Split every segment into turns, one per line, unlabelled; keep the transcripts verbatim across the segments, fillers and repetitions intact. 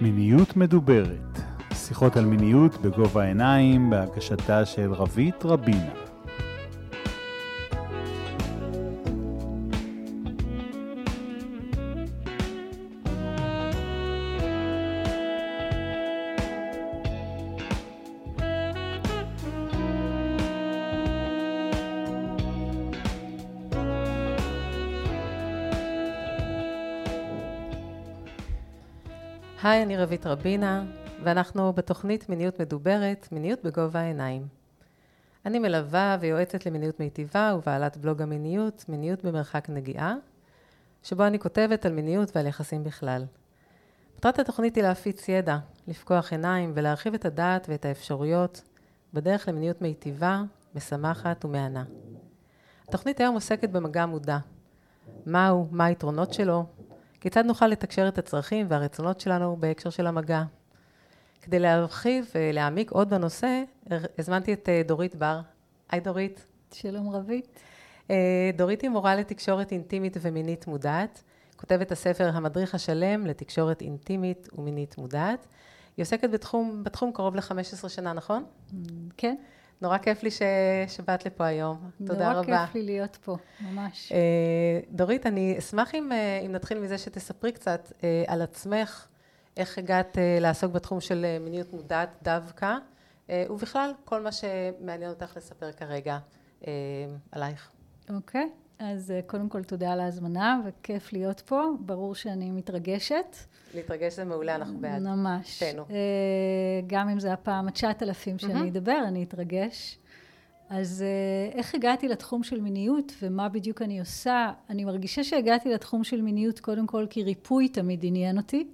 מיניות מדוברת, שיחות על מיניות בגובה העיניים, בהגשתה של רבית רבינה.
היי, אני רבית רבינה, ואנחנו בתוכנית מיניות מדוברת, מיניות בגובה העיניים. אני מלווה ויועצת למיניות מיטיבה ובעלת בלוג המיניות, מיניות במרחק נגיעה, שבו אני כותבת על מיניות ועל יחסים בכלל. מטרת התוכנית היא להפיץ ידע, לפקוח עיניים ולהרחיב את הדעת ואת האפשרויות בדרך למיניות מיטיבה, משמחת ומהנה. התוכנית היום עוסקת במגע מודע. מהו, מה היתרונות שלו, כיצד נוכל לתקשר את הצרכים והרצונות שלנו בהקשר של המגע. כדי להרחיב ולהעמיק עוד בנושא, הזמנתי את דורית בר. היי דורית.
שלום רבית.
דורית היא מורה לתקשורת אינטימית ומינית מודעת, כותבת הספר המדריך השלם לתקשורת אינטימית ומינית מודעת. היא עוסקת בתחום, בתחום קרוב ל-חמש עשרה שנה, נכון?
כן.
נורא כיף לי ש... שבאת לפה היום. תודה רבה.
נורא כיף לי להיות פה, ממש.
דורית, אני אשמח אם, אם נתחיל מזה שתספרי קצת על עצמך, איך הגעת לעסוק בתחום של מיניות מודעת דווקא, ובכלל כל מה שמעניין אותך לספר כרגע עלייך.
אוקיי, אז קודם כל תודה על ההזמנה, וכיף להיות פה. ברור שאני מתרגשת.
להתרגש זה מעולה, אנחנו בעד.
ממש.
תנו.
גם אם זה הפעם ה-תשעת אלפים שאני אדבר, אני אתרגש. אז איך הגעתי לתחום של מיניות ומה בדיוק אני עושה? אני מרגישה שהגעתי לתחום של מיניות קודם כל כי ריפוי תמיד עניין אותי.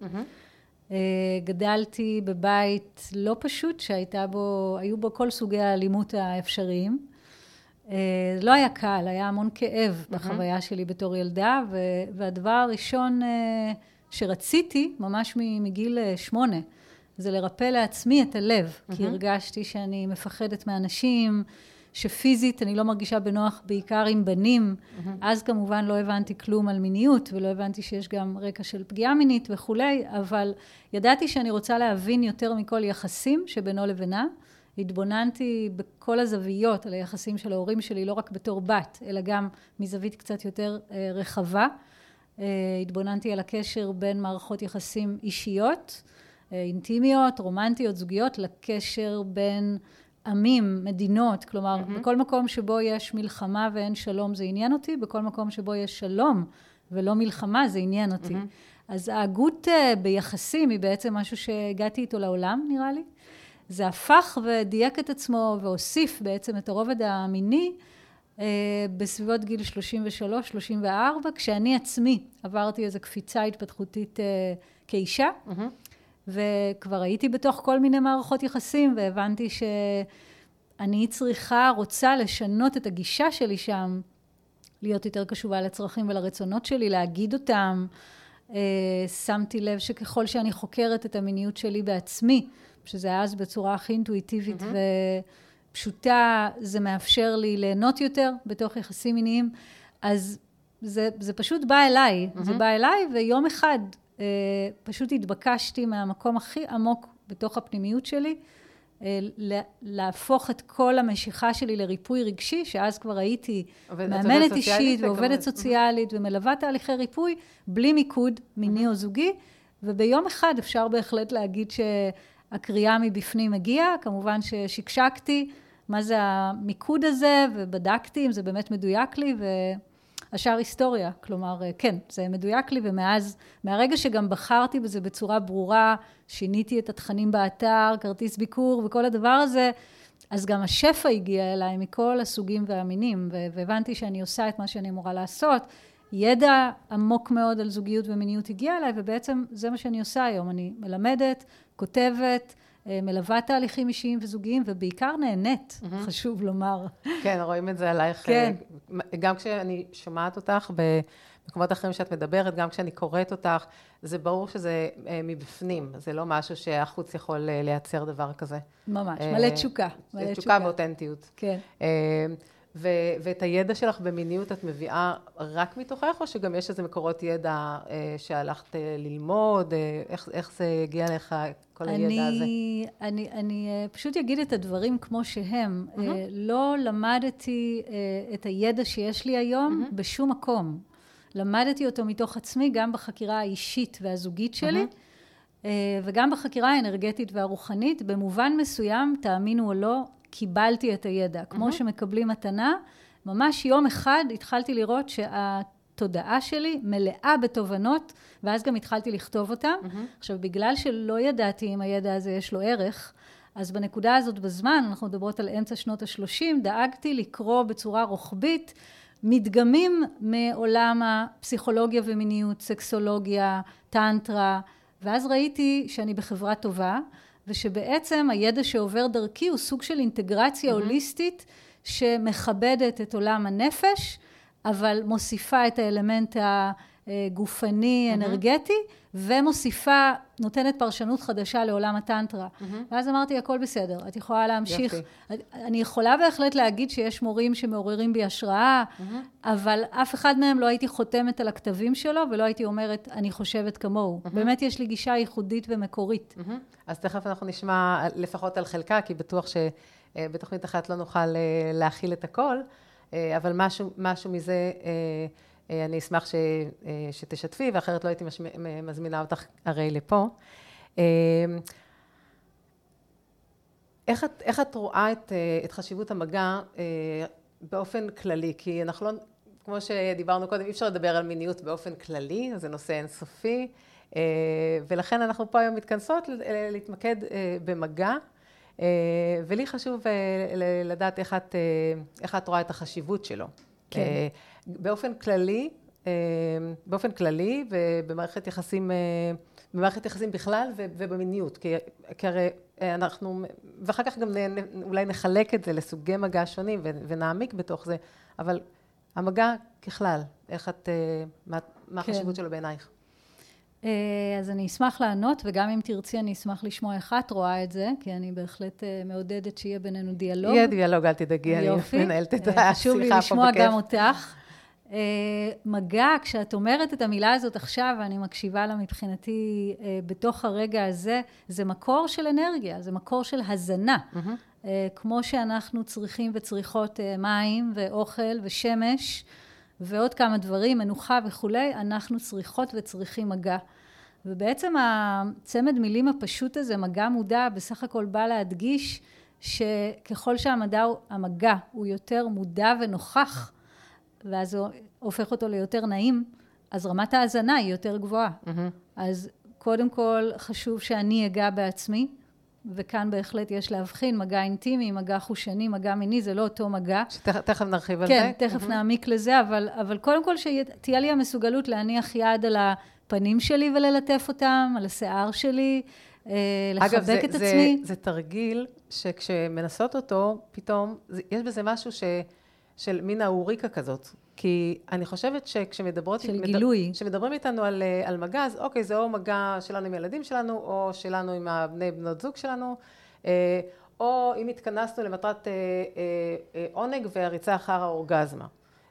גדלתי בבית לא פשוט שהייתה בו, היו בו כל סוגי האלימות האפשריים. זה לא היה קל, היה המון כאב בחוויה שלי בתור ילדה, והדבר הראשון שרציתי, ממש מגיל שמונה, זה לרפא לעצמי את הלב, כי הרגשתי שאני מפחדת מאנשים, שפיזית אני לא מרגישה בנוח בעיקר עם בנים, אז כמובן לא הבנתי כלום על מיניות, ולא הבנתי שיש גם רקע של פגיעה מינית וכולי, אבל ידעתי שאני רוצה להבין יותר מכל יחסים שבינו לבינה, התבוננתי בכל הזוויות על היחסים של ההורים שלי, לא רק בתור בת, אלא גם מזווית קצת יותר רחבה. התבוננתי על הקשר בין מערכות יחסים אישיות, אינטימיות, רומנטיות, זוגיות, לקשר בין עמים, מדינות, כלומר, mm-hmm. בכל מקום שבו יש מלחמה ואין שלום זה עניין אותי, בכל מקום שבו יש שלום ולא מלחמה זה עניין אותי. Mm-hmm. אז ההגות ביחסים היא בעצם משהו שהגעתי איתו לעולם, נראה לי. זה הפך ודייק את עצמו והוסיף בעצם את הרובד המיני בסביבות גיל שלושים ושלוש שלושים וארבע, כשאני עצמי עברתי איזו קפיצה התפתחותית כאישה, mm-hmm. וכבר הייתי בתוך כל מיני מערכות יחסים, והבנתי שאני צריכה, רוצה לשנות את הגישה שלי שם, להיות יותר קשובה לצרכים ולרצונות שלי, להגיד אותם. שמתי לב שככל שאני חוקרת את המיניות שלי בעצמי, שזה היה אז בצורה הכי אינטואיטיבית mm-hmm. ופשוטה, זה מאפשר לי ליהנות יותר בתוך יחסים מיניים, אז זה, זה פשוט בא אליי, mm-hmm. זה בא אליי, ויום אחד אה, פשוט התבקשתי מהמקום הכי עמוק בתוך הפנימיות שלי, אה, להפוך את כל המשיכה שלי לריפוי רגשי, שאז כבר הייתי מאמנת אישית ועובדת סוציאלית, ומלווה תהליכי ריפוי, בלי מיקוד מיני או זוגי, וביום אחד אפשר בהחלט להגיד ש... הקריאה מבפנים הגיעה, כמובן ששקשקתי מה זה המיקוד הזה, ובדקתי אם זה באמת מדויק לי, והשאר היסטוריה, כלומר, כן, זה מדויק לי, ומאז, מהרגע שגם בחרתי בזה בצורה ברורה, שיניתי את התכנים באתר, כרטיס ביקור וכל הדבר הזה, אז גם השפע הגיע אליי מכל הסוגים והמינים, והבנתי שאני עושה את מה שאני אמורה לעשות, ידע עמוק מאוד על זוגיות ומיניות הגיע אליי, ובעצם זה מה שאני עושה היום, אני מלמדת, כותבת, מלווה תהליכים אישיים וזוגיים, ובעיקר נהנית, mm-hmm. חשוב לומר.
כן, רואים את זה עלייך.
כן.
גם כשאני שומעת אותך במקומות אחרים שאת מדברת, גם כשאני קוראת אותך, זה ברור שזה מבפנים, זה לא משהו שהחוץ יכול לייצר דבר כזה.
ממש, מלא תשוקה.
מלא תשוקה ואותנטיות.
כן.
ו- ואת הידע שלך במיניות את מביאה רק מתוכך, או שגם יש איזה מקורות ידע אה, שהלכת אה, ללמוד, אה, איך, איך זה הגיע לך, כל הידע
אני,
הזה?
אני, אני אה, פשוט אגיד את הדברים כמו שהם. Mm-hmm. אה, לא למדתי אה, את הידע שיש לי היום mm-hmm. בשום מקום. למדתי אותו מתוך עצמי, גם בחקירה האישית והזוגית שלי, mm-hmm. אה, וגם בחקירה האנרגטית והרוחנית. במובן מסוים, תאמינו או לא, קיבלתי את הידע. כמו mm-hmm. שמקבלים מתנה, ממש יום אחד התחלתי לראות שהתודעה שלי מלאה בתובנות, ואז גם התחלתי לכתוב אותם. Mm-hmm. עכשיו, בגלל שלא ידעתי אם הידע הזה יש לו ערך, אז בנקודה הזאת בזמן, אנחנו מדברות על אמצע שנות ה-שלושים, דאגתי לקרוא בצורה רוחבית, מדגמים מעולם הפסיכולוגיה ומיניות, סקסולוגיה, טנטרה, ואז ראיתי שאני בחברה טובה, ושבעצם הידע שעובר דרכי הוא סוג של אינטגרציה mm-hmm. הוליסטית, שמכבדת את עולם הנפש, אבל מוסיפה את האלמנט הגופני, mm-hmm. אנרגטי, ומוסיפה, נותנת פרשנות חדשה לעולם הטנטרה. Mm-hmm. ואז אמרתי, הכל בסדר, את יכולה להמשיך. יפי. אני יכולה בהחלט להגיד שיש מורים שמעוררים בי השראה, mm-hmm. אבל אף אחד מהם לא הייתי חותמת על הכתבים שלו, ולא הייתי אומרת, אני חושבת כמוהו. Mm-hmm. באמת יש לי גישה ייחודית ומקורית.
Mm-hmm. אז תכף אנחנו נשמע לפחות על חלקה, כי בטוח שבתוכנית אחת לא נוכל להכיל את הכל, אבל משהו, משהו מזה... אני אשמח ש, שתשתפי, ואחרת לא הייתי מזמינה אותך הרי לפה. איך את, איך את רואה את, את חשיבות המגע באופן כללי? כי אנחנו לא, כמו שדיברנו קודם, אי אפשר לדבר על מיניות באופן כללי, זה נושא אינסופי, ולכן אנחנו פה היום מתכנסות להתמקד במגע, ולי חשוב לדעת איך את, איך את רואה את החשיבות שלו. כן. באופן כללי, באופן כללי ובמערכת יחסים, במערכת יחסים בכלל ובמיניות, כי, כי הרי אנחנו, ואחר כך גם אולי נחלק את זה לסוגי מגע שונים ונעמיק בתוך זה, אבל המגע ככלל, איך את, מה, מה כן. החשיבות שלו בעינייך?
אז אני אשמח לענות, וגם אם תרצי אני אשמח לשמוע איך את רואה את זה, כי אני בהחלט מעודדת שיהיה בינינו דיאלוג.
יהיה דיאלוג, אל תדאגי, אני מנהלת את השיחה פה בכיף.
חשוב לי לשמוע גם אותך. מגע, כשאת אומרת את המילה הזאת עכשיו, ואני מקשיבה לה מבחינתי בתוך הרגע הזה, זה מקור של אנרגיה, זה מקור של הזנה. Mm-hmm. כמו שאנחנו צריכים וצריכות מים ואוכל ושמש, ועוד כמה דברים, מנוחה וכולי, אנחנו צריכות וצריכים מגע. ובעצם הצמד מילים הפשוט הזה, מגע מודע, בסך הכל בא להדגיש שככל שהמגע המגע הוא יותר מודע ונוכח, ואז הוא הופך אותו ליותר נעים, אז רמת ההזנה היא יותר גבוהה. Mm-hmm. אז קודם כל חשוב שאני אגע בעצמי, וכאן בהחלט יש להבחין מגע אינטימי, מגע חושני, מגע מיני, זה לא אותו מגע.
שתכף נרחיב על
כן,
זה.
כן, תכף mm-hmm. נעמיק לזה, אבל, אבל קודם כל שתהיה לי המסוגלות להניח יד על הפנים שלי וללטף אותם, על השיער שלי, לחבק
אגב, זה,
את
זה,
עצמי.
זה תרגיל שכשמנסות אותו, פתאום, זה, יש בזה משהו ש, של מין האוריקה כזאת. כי אני חושבת שכשמדברות...
של גילוי.
כשמדברים איתנו על, על מגע, אז אוקיי, זה או מגע שלנו עם ילדים שלנו, או שלנו עם הבני בנות זוג שלנו, או אם התכנסנו למטרת עונג והריצה אחר האורגזמה.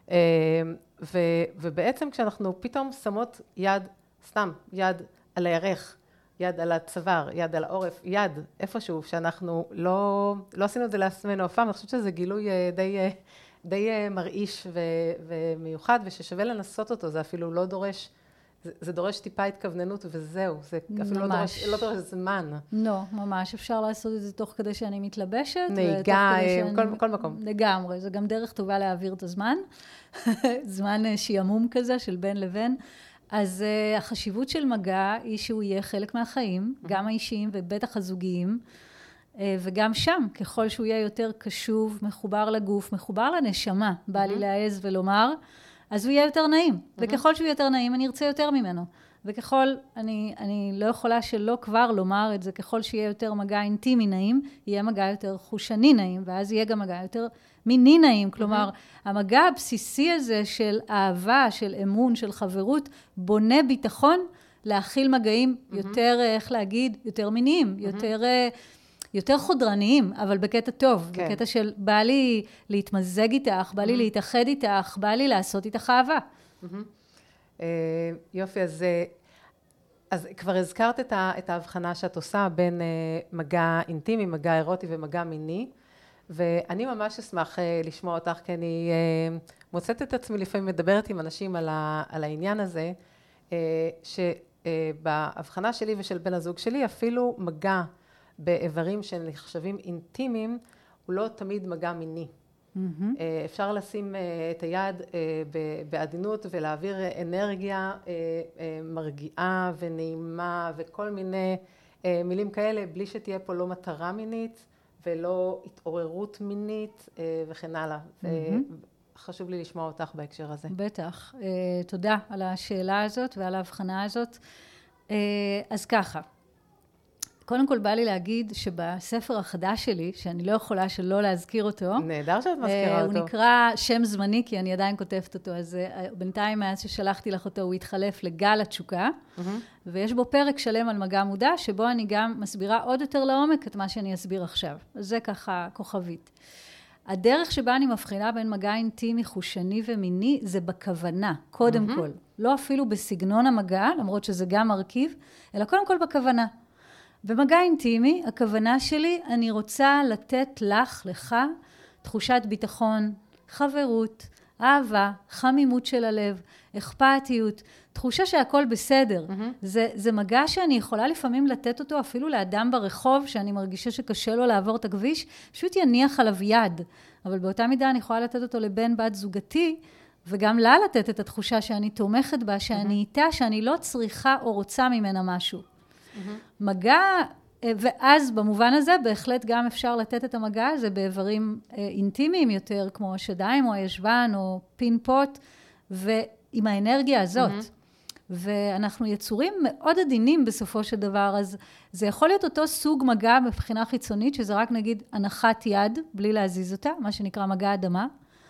ו, ובעצם כשאנחנו פתאום שמות יד, סתם, יד על הירך, יד על הצוואר, יד על העורף, יד איפשהו, שאנחנו לא, לא עשינו את זה לעצמנו אף פעם, אני חושבת שזה גילוי די... די מרעיש ו- ומיוחד, וששווה לנסות אותו, זה אפילו לא דורש, זה, זה דורש טיפה התכווננות וזהו, זה אפילו לא דורש, לא דורש זמן.
לא, ממש, אפשר לעשות את זה תוך כדי שאני מתלבשת.
נהיגה, שאני... כל, כל מקום.
לגמרי, זה גם דרך טובה להעביר את הזמן, זמן שימום כזה של בין לבין. אז uh, החשיבות של מגע היא שהוא יהיה חלק מהחיים, גם האישיים ובטח הזוגיים, וגם שם, ככל שהוא יהיה יותר קשוב, מחובר לגוף, מחובר לנשמה, בא לי להעז ולומר, אז הוא יהיה יותר נעים. וככל שהוא יותר נעים, אני ארצה יותר ממנו. וככל, אני, אני לא יכולה שלא כבר לומר את זה, ככל שיהיה יותר מגע אינטימי נעים, יהיה מגע יותר חושני נעים, ואז יהיה גם מגע יותר מיני נעים. כלומר, המגע הבסיסי הזה של אהבה, של אמון, של חברות, בונה ביטחון להכיל מגעים יותר, איך להגיד, יותר מיניים, יותר... יותר חודרניים, אבל בקטע טוב,
כן.
בקטע של בא לי להתמזג איתך, בא לי להתאחד איתך, בא לי לעשות איתך אהבה.
יופי, אז, אז כבר הזכרת את, ה, את ההבחנה שאת עושה בין מגע אינטימי, מגע אירוטי ומגע מיני, ואני ממש אשמח לשמוע אותך, כי אני מוצאת את עצמי לפעמים מדברת עם אנשים על, ה, על העניין הזה, שבהבחנה שלי ושל בן הזוג שלי, אפילו מגע באיברים שנחשבים אינטימיים, הוא לא תמיד מגע מיני. Mm-hmm. אפשר לשים את היד בעדינות ולהעביר אנרגיה מרגיעה ונעימה וכל מיני מילים כאלה, בלי שתהיה פה לא מטרה מינית ולא התעוררות מינית וכן הלאה. Mm-hmm. חשוב לי לשמוע אותך בהקשר הזה.
בטח. תודה על השאלה הזאת ועל ההבחנה הזאת. אז ככה. קודם כל בא לי להגיד שבספר החדש שלי, שאני לא יכולה שלא להזכיר אותו.
נהדר שאת מזכירה אותו.
הוא נקרא שם זמני, כי אני עדיין כותבת אותו. אז בינתיים מאז ששלחתי לך אותו, הוא התחלף לגל התשוקה. Mm-hmm. ויש בו פרק שלם על מגע מודע, שבו אני גם מסבירה עוד יותר לעומק את מה שאני אסביר עכשיו. אז זה ככה כוכבית. הדרך שבה אני מבחינה בין מגע אינטימי, חושני ומיני, זה בכוונה, קודם mm-hmm. כל. לא אפילו בסגנון המגע, למרות שזה גם מרכיב, אלא קודם כל בכוונה. במגע אינטימי, הכוונה שלי, אני רוצה לתת לך, לך, תחושת ביטחון, חברות, אהבה, חמימות של הלב, אכפתיות, תחושה שהכל בסדר. Mm-hmm. זה, זה מגע שאני יכולה לפעמים לתת אותו אפילו לאדם ברחוב, שאני מרגישה שקשה לו לעבור את הכביש, פשוט יניח עליו יד. אבל באותה מידה אני יכולה לתת אותו לבן בת זוגתי, וגם לה לתת את התחושה שאני תומכת בה, שאני mm-hmm. איתה, שאני לא צריכה או רוצה ממנה משהו. Mm-hmm. מגע, ואז במובן הזה בהחלט גם אפשר לתת את המגע הזה באיברים אינטימיים יותר, כמו השדיים או הישבן או פינפוט, ועם האנרגיה הזאת. Mm-hmm. ואנחנו יצורים מאוד עדינים בסופו של דבר, אז זה יכול להיות אותו סוג מגע מבחינה חיצונית, שזה רק נגיד הנחת יד, בלי להזיז אותה, מה שנקרא מגע אדמה,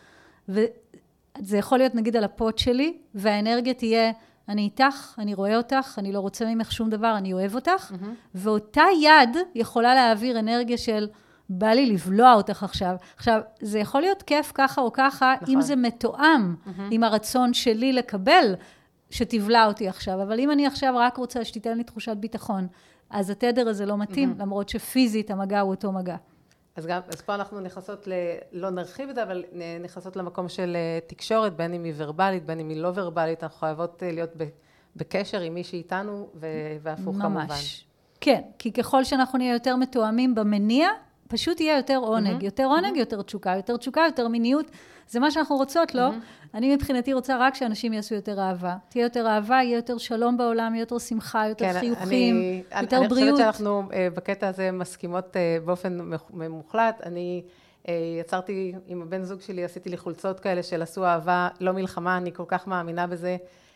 וזה יכול להיות נגיד על הפוט שלי, והאנרגיה תהיה, אני איתך, אני רואה אותך, אני לא רוצה ממך שום דבר, אני אוהב אותך, mm-hmm. ואותה יד יכולה להעביר אנרגיה של, בא לי לבלוע אותך עכשיו. עכשיו, זה יכול להיות כיף ככה או ככה, נכון. אם זה מתואם mm-hmm. עם הרצון שלי לקבל, שתבלע אותי עכשיו, אבל אם אני עכשיו רק רוצה שתיתן לי תחושת ביטחון, אז התדר הזה לא מתאים, mm-hmm. למרות שפיזית המגע הוא אותו מגע.
אז גם, אז פה אנחנו נכנסות, ל, לא נרחיב את זה, אבל נכנסות למקום של תקשורת, בין אם היא ורבלית, בין אם היא לא ורבלית, אנחנו חייבות להיות בקשר עם מי שאיתנו, והפוך כמובן. ממש.
כן, כי ככל שאנחנו נהיה יותר מתואמים במניע, פשוט יהיה יותר עונג, mm-hmm. יותר עונג, mm-hmm. יותר תשוקה, יותר תשוקה, יותר מיניות, זה מה שאנחנו רוצות, לא? Mm-hmm. אני מבחינתי רוצה רק שאנשים יעשו יותר אהבה. תהיה יותר אהבה, יהיה יותר שלום בעולם, יהיה יותר שמחה, יותר כן, חיוכים, אני, יותר
אני
בריאות.
אני חושבת שאנחנו בקטע הזה מסכימות באופן ממוחלט. אני יצרתי עם הבן זוג שלי, עשיתי לי חולצות כאלה של עשו אהבה, לא מלחמה, אני כל כך מאמינה בזה.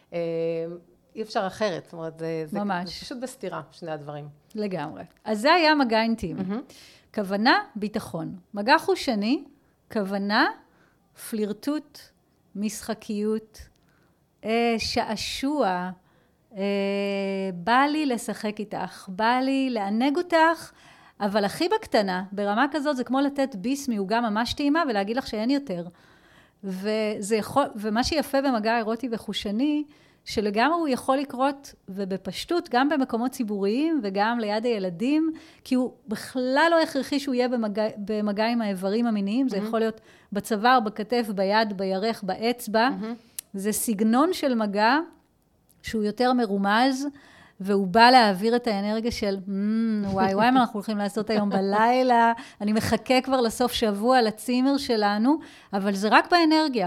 אי אפשר אחרת, זאת אומרת, זה, זה, זה פשוט בסתירה, שני הדברים.
לגמרי. אז זה היה מגע אינטימי. Mm-hmm. כוונה, ביטחון. מגע חושני, כוונה, פלירטוט, משחקיות, אה, שעשוע, אה, בא לי לשחק איתך, בא לי לענג אותך, אבל הכי בקטנה, ברמה כזאת, זה כמו לתת ביס מעוגה ממש טעימה ולהגיד לך שאין יותר. וזה יכול, ומה שיפה במגע אירוטי וחושני, שלגמרי הוא יכול לקרות, ובפשטות, גם במקומות ציבוריים וגם ליד הילדים, כי הוא בכלל לא הכרחי שהוא יהיה במגע, במגע עם האיברים המיניים, mm-hmm. זה יכול להיות בצוואר, בכתף, ביד, בירך, באצבע. Mm-hmm. זה סגנון של מגע שהוא יותר מרומז, והוא בא להעביר את האנרגיה של, וואי וואי, מה אנחנו הולכים לעשות היום בלילה, אני מחכה כבר לסוף שבוע לצימר שלנו, אבל זה רק באנרגיה.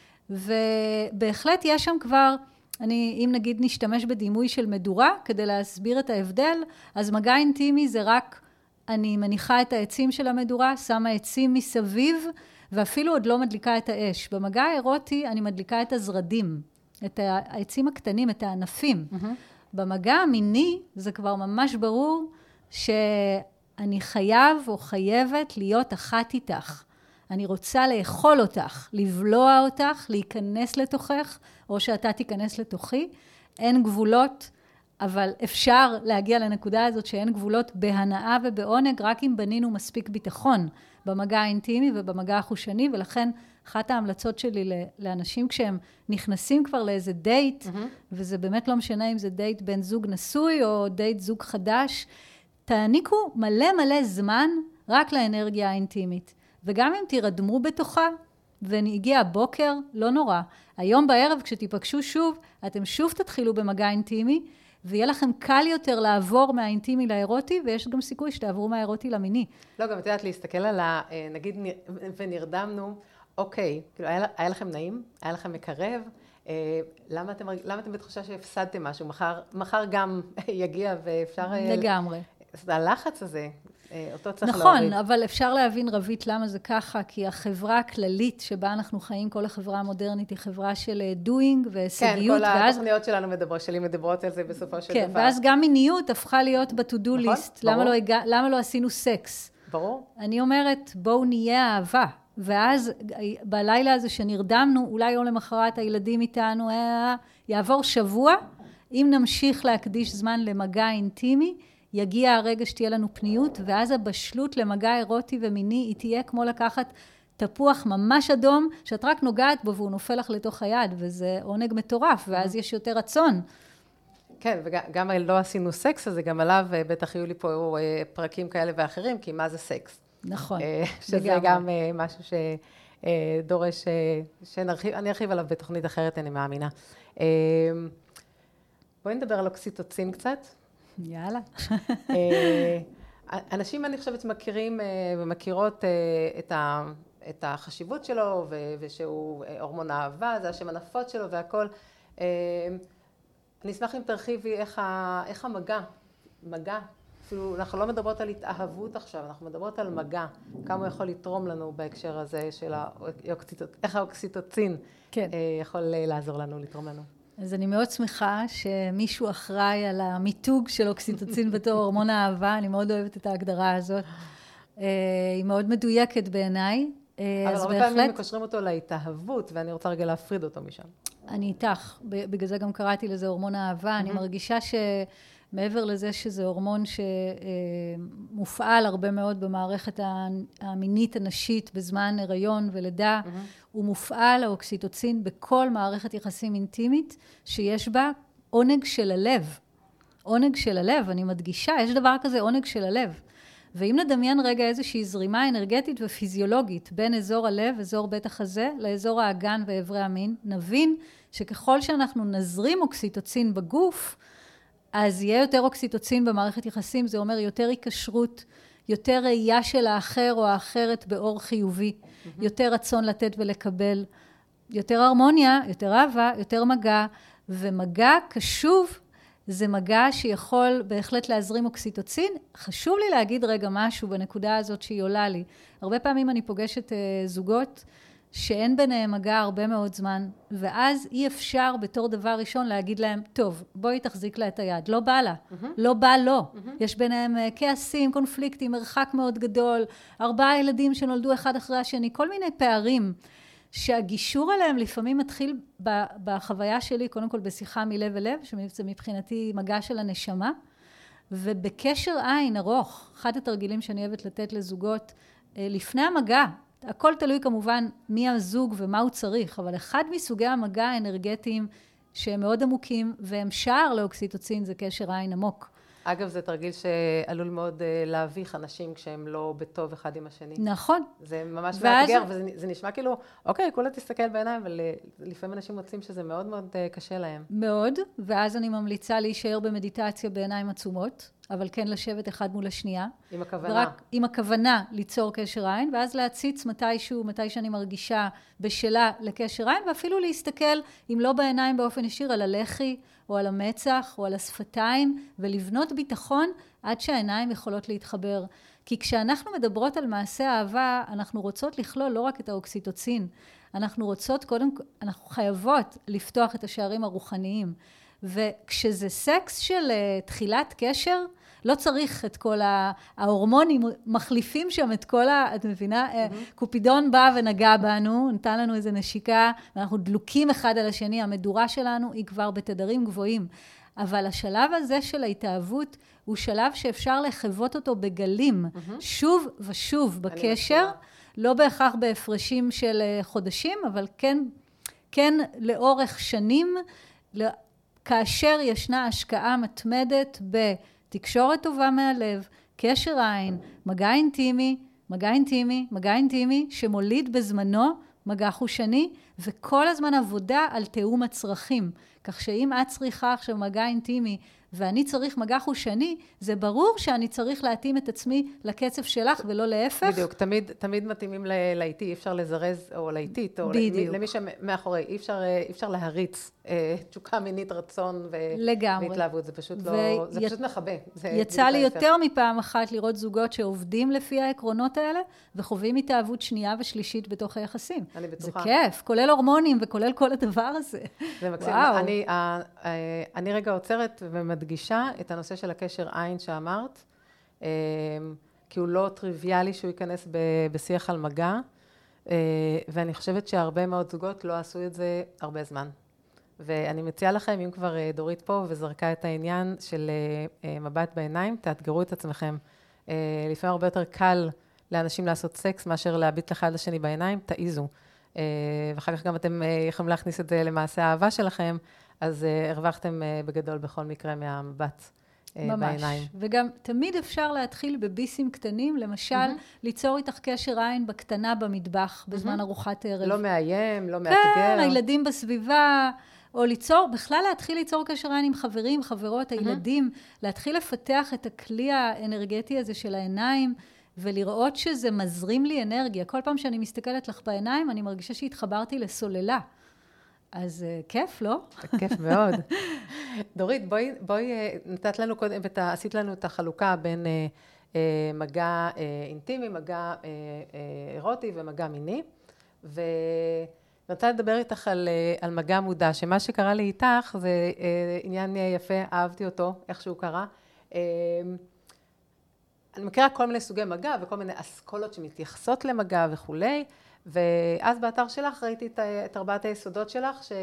ובהחלט יש שם כבר, אני, אם נגיד נשתמש בדימוי של מדורה, כדי להסביר את ההבדל, אז מגע אינטימי זה רק, אני מניחה את העצים של המדורה, שמה עצים מסביב, ואפילו עוד לא מדליקה את האש. במגע האירוטי אני מדליקה את הזרדים, את העצים הקטנים, את הענפים. Mm-hmm. במגע המיני זה כבר ממש ברור שאני חייב או חייבת להיות אחת איתך. אני רוצה לאכול אותך, לבלוע אותך, להיכנס לתוכך, או שאתה תיכנס לתוכי. אין גבולות. אבל אפשר להגיע לנקודה הזאת שאין גבולות בהנאה ובעונג, רק אם בנינו מספיק ביטחון במגע האינטימי ובמגע החושני, ולכן אחת ההמלצות שלי לאנשים כשהם נכנסים כבר לאיזה דייט, mm-hmm. וזה באמת לא משנה אם זה דייט בין זוג נשוי או דייט זוג חדש, תעניקו מלא מלא זמן רק לאנרגיה האינטימית. וגם אם תירדמו בתוכה, והגיע הבוקר, לא נורא. היום בערב כשתיפגשו שוב, אתם שוב תתחילו במגע אינטימי, ויהיה לכם קל יותר לעבור מהאינטימי לאירוטי, ויש גם סיכוי שתעברו מהאירוטי למיני.
לא, גם את יודעת להסתכל על ה... נגיד ונרדמנו, אוקיי, כאילו היה, היה לכם נעים, היה לכם מקרב, אה, למה אתם, למה אתם בתחושה שהפסדתם משהו? מחר, מחר גם יגיע ואפשר...
לגמרי.
זה הלחץ הזה, אותו צריך
נכון,
להוריד.
נכון, אבל אפשר להבין רבית למה זה ככה, כי החברה הכללית שבה אנחנו חיים, כל החברה המודרנית היא חברה של doing והישגיות.
כן, כל
ואז...
התוכניות שלנו מדברות, שלי מדברות על זה בסופו של
כן,
דבר.
ואז גם מיניות הפכה להיות ב-to-do
נכון,
list. למה לא, הגע... למה לא עשינו סקס?
ברור.
אני אומרת, בואו נהיה אהבה. ואז בלילה הזה שנרדמנו, אולי יום למחרת הילדים איתנו, יעבור שבוע, אם נמשיך להקדיש זמן למגע אינטימי, יגיע הרגע שתהיה לנו פניות, ואז הבשלות למגע אירוטי ומיני, היא תהיה כמו לקחת תפוח ממש אדום, שאת רק נוגעת בו והוא נופל לך לתוך היד, וזה עונג מטורף, ואז יש יותר רצון.
כן, וגם לא עשינו סקס, אז גם עליו בטח יהיו לי פה פרקים כאלה ואחרים, כי מה זה סקס?
נכון.
שזה גם משהו שדורש, שנרחיב, אני ארחיב עליו בתוכנית אחרת, אני מאמינה. בואי נדבר על אוקסיטוצין קצת.
יאללה.
אנשים, אני חושבת, מכירים ומכירות את ה... את החשיבות שלו, ושהוא הורמון האהבה, זה השם הנפוץ שלו והכל. אני אשמח אם תרחיבי איך, ה... איך המגע, מגע, אפילו אנחנו לא מדברות על התאהבות עכשיו, אנחנו מדברות על מגע, כמה הוא יכול לתרום לנו בהקשר הזה של האוקסיטוצין, איך האוקסיטוצין כן. יכול לעזור לנו, לתרום לנו.
אז אני מאוד שמחה שמישהו אחראי על המיתוג של אוקסיטוצין בתור הורמון האהבה, אני מאוד אוהבת את ההגדרה הזאת. היא מאוד מדויקת בעיניי.
אבל הרבה פעמים מקושרים אותו להתאהבות, ואני רוצה רגע להפריד אותו משם.
אני איתך, בגלל זה גם קראתי לזה הורמון האהבה, אני מרגישה שמעבר לזה שזה הורמון שמופעל הרבה מאוד במערכת המינית הנשית בזמן הריון ולידה, הוא מופעל האוקסיטוצין בכל מערכת יחסים אינטימית שיש בה עונג של הלב. עונג של הלב, אני מדגישה, יש דבר כזה עונג של הלב. ואם נדמיין רגע איזושהי זרימה אנרגטית ופיזיולוגית בין אזור הלב, אזור בית החזה, לאזור האגן ואיברי המין, נבין שככל שאנחנו נזרים אוקסיטוצין בגוף, אז יהיה יותר אוקסיטוצין במערכת יחסים, זה אומר יותר היקשרות, יותר ראייה של האחר או האחרת באור חיובי, mm-hmm. יותר רצון לתת ולקבל, יותר הרמוניה, יותר אהבה, יותר מגע, ומגע קשוב, זה מגע שיכול בהחלט להזרים אוקסיטוצין. חשוב לי להגיד רגע משהו בנקודה הזאת שהיא עולה לי. הרבה פעמים אני פוגשת uh, זוגות שאין ביניהם מגע הרבה מאוד זמן, ואז אי אפשר בתור דבר ראשון להגיד להם, טוב, בואי תחזיק לה את היד. לא בא לה, mm-hmm. לא בא לו. Mm-hmm. יש ביניהם uh, כעסים, קונפליקטים, מרחק מאוד גדול, ארבעה ילדים שנולדו אחד אחרי השני, כל מיני פערים. שהגישור עליהם לפעמים מתחיל בחוויה שלי, קודם כל בשיחה מלב אל לב, שזה מבחינתי מגע של הנשמה, ובקשר עין ארוך, אחד התרגילים שאני אוהבת לתת לזוגות, לפני המגע, הכל תלוי כמובן מי הזוג ומה הוא צריך, אבל אחד מסוגי המגע האנרגטיים שהם מאוד עמוקים, והם שער לאוקסיטוצין, זה קשר עין עמוק.
אגב, זה תרגיל שעלול מאוד להביך אנשים כשהם לא בטוב אחד עם השני.
נכון.
זה ממש מאתגר, וזה נשמע כאילו, אוקיי, כולה תסתכל בעיניים, אבל לפעמים אנשים מוצאים שזה מאוד מאוד קשה להם.
מאוד, ואז אני ממליצה להישאר במדיטציה בעיניים עצומות, אבל כן לשבת אחד מול השנייה.
עם הכוונה.
ורק עם הכוונה ליצור קשר עין, ואז להציץ מתישהו, מתי שאני מרגישה בשלה לקשר עין, ואפילו להסתכל, אם לא בעיניים באופן ישיר, על הלחי, או על המצח, או על השפתיים, ולבנות ביטחון עד שהעיניים יכולות להתחבר. כי כשאנחנו מדברות על מעשה אהבה, אנחנו רוצות לכלול לא רק את האוקסיטוצין, אנחנו רוצות קודם, אנחנו חייבות לפתוח את השערים הרוחניים. וכשזה סקס של תחילת קשר, לא צריך את כל ההורמונים, מחליפים שם את כל ה... את מבינה? Mm-hmm. קופידון בא ונגע בנו, נתן לנו איזו נשיקה, ואנחנו דלוקים אחד על השני, המדורה שלנו היא כבר בתדרים גבוהים. אבל השלב הזה של ההתאהבות הוא שלב שאפשר לחוות אותו בגלים, mm-hmm. שוב ושוב בקשר, לא בהכרח בהפרשים של חודשים, אבל כן, כן לאורך שנים, כאשר ישנה השקעה מתמדת בתקשורת טובה מהלב, קשר עין, מגע אינטימי, מגע אינטימי, מגע אינטימי, שמוליד בזמנו מגע חושני, וכל הזמן עבודה על תאום הצרכים. כך שאם את צריכה עכשיו מגע אינטימי, ואני צריך מגע חושני, זה ברור שאני צריך להתאים את עצמי לקצב שלך ולא להפך.
בדיוק, תמיד, תמיד מתאימים לאיטי, אי אפשר לזרז, או לאיטית, או בדיוק. למי שמאחורי, אי אפשר, אי אפשר להריץ תשוקה מינית, רצון והתלהבות, זה פשוט לא, זה פשוט מחבא.
יצא לי יותר מפעם אחת לראות זוגות שעובדים לפי העקרונות האלה, וחווים התאהבות שנייה ושלישית בתוך היחסים.
אני בטוחה.
זה כיף, כולל הורמונים וכולל כל הדבר הזה.
זה מקסים. אני, אני רגע עוצרת ומדגישה את הנושא של הקשר עין שאמרת, כי הוא לא טריוויאלי שהוא ייכנס בשיח על מגע, ואני חושבת שהרבה מאוד זוגות לא עשו את זה הרבה זמן. ואני מציעה לכם, אם כבר דורית פה וזרקה את העניין של מבט בעיניים, תאתגרו את עצמכם. לפעמים הרבה יותר קל לאנשים לעשות סקס מאשר להביט אחד לשני בעיניים, תעיזו. ואחר כך גם אתם יכולים להכניס את זה למעשה האהבה שלכם, אז הרווחתם בגדול בכל מקרה מהמבט ממש. בעיניים.
וגם תמיד אפשר להתחיל בביסים קטנים, למשל, mm-hmm. ליצור איתך קשר עין בקטנה במטבח, בזמן mm-hmm. ארוחת ערב.
לא מאיים, לא מאתגר.
כן, הילדים בסביבה, או ליצור, בכלל להתחיל ליצור קשר עין עם חברים, חברות, mm-hmm. הילדים, להתחיל לפתח את הכלי האנרגטי הזה של העיניים, ולראות שזה מזרים לי אנרגיה. כל פעם שאני מסתכלת לך בעיניים, אני מרגישה שהתחברתי לסוללה. אז uh, כיף, לא?
כיף מאוד. דורית, בואי, בואי, נתת לנו קודם, עשית לנו את החלוקה בין uh, uh, מגע uh, אינטימי, מגע uh, uh, אירוטי ומגע מיני, ואני רוצה לדבר איתך על, uh, על מגע מודע, שמה שקרה לי איתך זה uh, עניין יפה, אהבתי אותו, איך שהוא קרה. Uh, אני מכירה כל מיני סוגי מגע וכל מיני אסכולות שמתייחסות למגע וכולי, ואז באתר שלך ראיתי את, את ארבעת היסודות שלך, ש...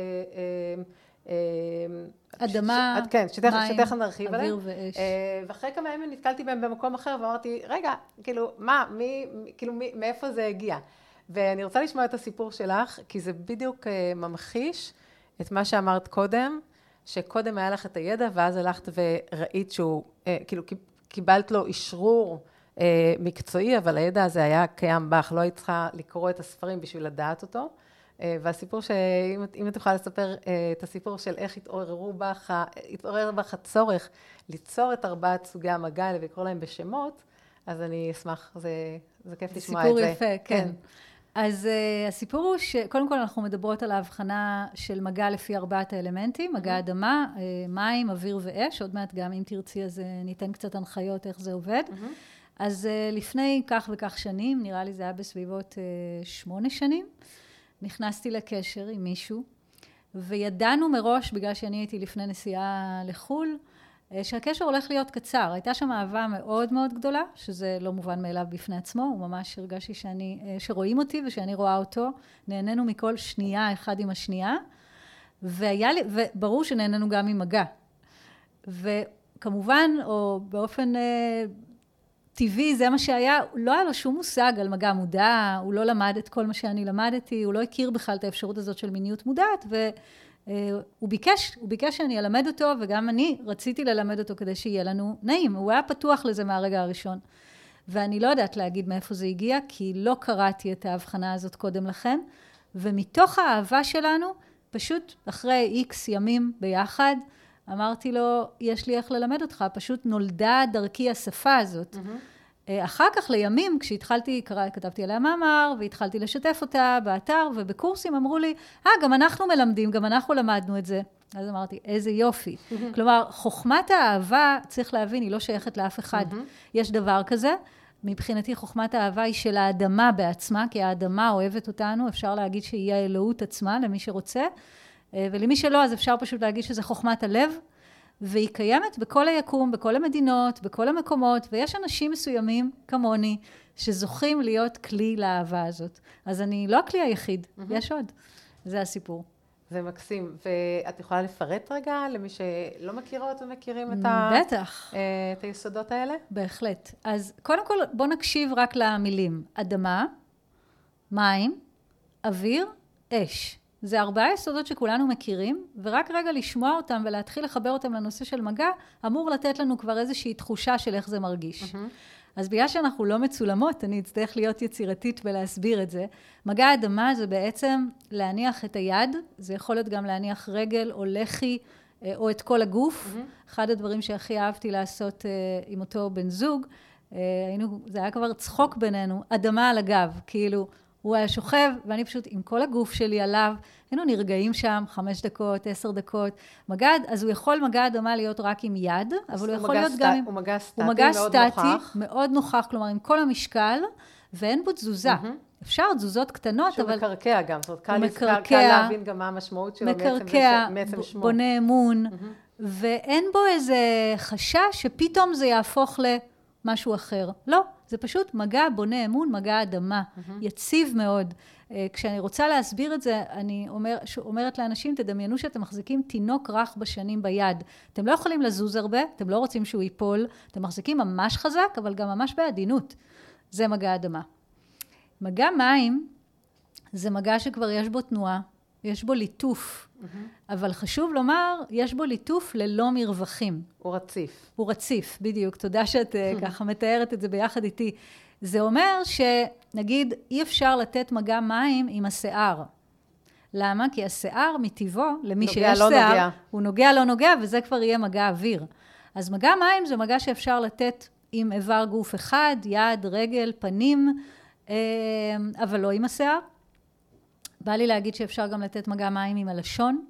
אדמה,
ש, כן, שתכף,
מים,
שתכף נרחיב
אוויר עליהם. ואש.
ואחרי כמה ימים נתקלתי בהם במקום אחר, ואמרתי, רגע, כאילו, מה, מי, כאילו, מי, מאיפה זה הגיע? ואני רוצה לשמוע את הסיפור שלך, כי זה בדיוק ממחיש את מה שאמרת קודם, שקודם היה לך את הידע, ואז הלכת וראית שהוא, כאילו, קיבלת לו אישרור מקצועי, אבל הידע הזה היה קיים בך, לא היית צריכה לקרוא את הספרים בשביל לדעת אותו. והסיפור שאם את יכולה לספר את הסיפור של איך התעוררו בך, התעורר בך הצורך ליצור את ארבעת סוגי המגע האלה ולקרוא להם בשמות, אז אני אשמח, זה, זה כיף לשמוע את זה.
סיפור יפה, כן. אז uh, הסיפור הוא שקודם כל אנחנו מדברות על ההבחנה של מגע לפי ארבעת האלמנטים, מגע אדמה, uh, מים, אוויר ואש, עוד מעט גם אם תרצי אז uh, ניתן קצת הנחיות איך זה עובד. אז uh, לפני כך וכך שנים, נראה לי זה היה בסביבות uh, שמונה שנים, נכנסתי לקשר עם מישהו, וידענו מראש, בגלל שאני הייתי לפני נסיעה לחול, שהקשר הולך להיות קצר. הייתה שם אהבה מאוד מאוד גדולה, שזה לא מובן מאליו בפני עצמו, הוא ממש הרגשתי שאני, שרואים אותי ושאני רואה אותו, נהנינו מכל שנייה אחד עם השנייה, והיה לי, וברור שנהנינו גם עם מגע. וכמובן, או באופן אה, טבעי, זה מה שהיה, לא היה לו שום מושג על מגע מודע, הוא לא למד את כל מה שאני למדתי, הוא לא הכיר בכלל את האפשרות הזאת של מיניות מודעת, ו... Uh, הוא ביקש, הוא ביקש שאני אלמד אותו, וגם אני רציתי ללמד אותו כדי שיהיה לנו נעים. הוא היה פתוח לזה מהרגע הראשון. ואני לא יודעת להגיד מאיפה זה הגיע, כי לא קראתי את ההבחנה הזאת קודם לכן. ומתוך האהבה שלנו, פשוט אחרי איקס ימים ביחד, אמרתי לו, יש לי איך ללמד אותך, פשוט נולדה דרכי השפה הזאת. Mm-hmm. אחר כך לימים, כשהתחלתי, כתבתי עליה מאמר, והתחלתי לשתף אותה באתר, ובקורסים אמרו לי, אה, גם אנחנו מלמדים, גם אנחנו למדנו את זה. אז אמרתי, איזה יופי. כלומר, חוכמת האהבה, צריך להבין, היא לא שייכת לאף אחד. יש דבר כזה. מבחינתי, חוכמת האהבה היא של האדמה בעצמה, כי האדמה אוהבת אותנו, אפשר להגיד שהיא האלוהות עצמה, למי שרוצה. ולמי שלא, אז אפשר פשוט להגיד שזה חוכמת הלב. והיא קיימת בכל היקום, בכל המדינות, בכל המקומות, ויש אנשים מסוימים כמוני שזוכים להיות כלי לאהבה הזאת. אז אני לא הכלי היחיד, mm-hmm. יש עוד. זה הסיפור.
זה מקסים. ואת יכולה לפרט רגע למי שלא מכירות ומכירים את, ה...
בטח.
את היסודות האלה?
בהחלט. אז קודם כל בוא נקשיב רק למילים. אדמה, מים, אוויר, אש. זה ארבעה יסודות שכולנו מכירים, ורק רגע לשמוע אותם ולהתחיל לחבר אותם לנושא של מגע, אמור לתת לנו כבר איזושהי תחושה של איך זה מרגיש. Mm-hmm. אז בגלל שאנחנו לא מצולמות, אני אצטרך להיות יצירתית ולהסביר את זה. מגע אדמה זה בעצם להניח את היד, זה יכול להיות גם להניח רגל או לחי, או את כל הגוף. Mm-hmm. אחד הדברים שהכי אהבתי לעשות עם אותו בן זוג, היינו, זה היה כבר צחוק בינינו, אדמה על הגב, כאילו, הוא היה שוכב, ואני פשוט עם כל הגוף שלי עליו, היינו נרגעים שם חמש דקות, עשר דקות, מגע, אז הוא יכול מגע אדמה להיות רק עם יד, אבל הוא יכול להיות גם עם...
הוא מגע סטטי,
הוא מגע
מאוד
סטטי,
נוכח.
מאוד נוכח, כלומר עם כל המשקל, ואין בו תזוזה. אפשר תזוזות קטנות, אבל...
שהוא מקרקע גם, זאת אומרת, קל,
מקרקע,
קל להבין גם מה המשמעות שלו
מקרקע,
מעצם שמו.
בונה אמון, ואין בו איזה חשש שפתאום זה יהפוך למשהו אחר. לא. זה פשוט מגע בונה אמון, מגע אדמה, mm-hmm. יציב מאוד. כשאני רוצה להסביר את זה, אני אומר, אומרת לאנשים, תדמיינו שאתם מחזיקים תינוק רך בשנים ביד. אתם לא יכולים לזוז הרבה, אתם לא רוצים שהוא ייפול, אתם מחזיקים ממש חזק, אבל גם ממש בעדינות. זה מגע אדמה. מגע מים, זה מגע שכבר יש בו תנועה, יש בו ליטוף, mm-hmm. אבל חשוב לומר, יש בו ליטוף ללא מרווחים.
הוא רציף.
הוא רציף, בדיוק. תודה שאת ככה מתארת את זה ביחד איתי. זה אומר שנגיד, אי אפשר לתת מגע מים עם השיער. למה? כי השיער מטבעו, למי שיש
לא
שיער,
נוגע.
הוא נוגע לא נוגע, וזה כבר יהיה מגע אוויר. אז מגע מים זה מגע שאפשר לתת עם איבר גוף אחד, יד, רגל, פנים, אבל לא עם השיער. בא לי להגיד שאפשר גם לתת מגע מים עם הלשון,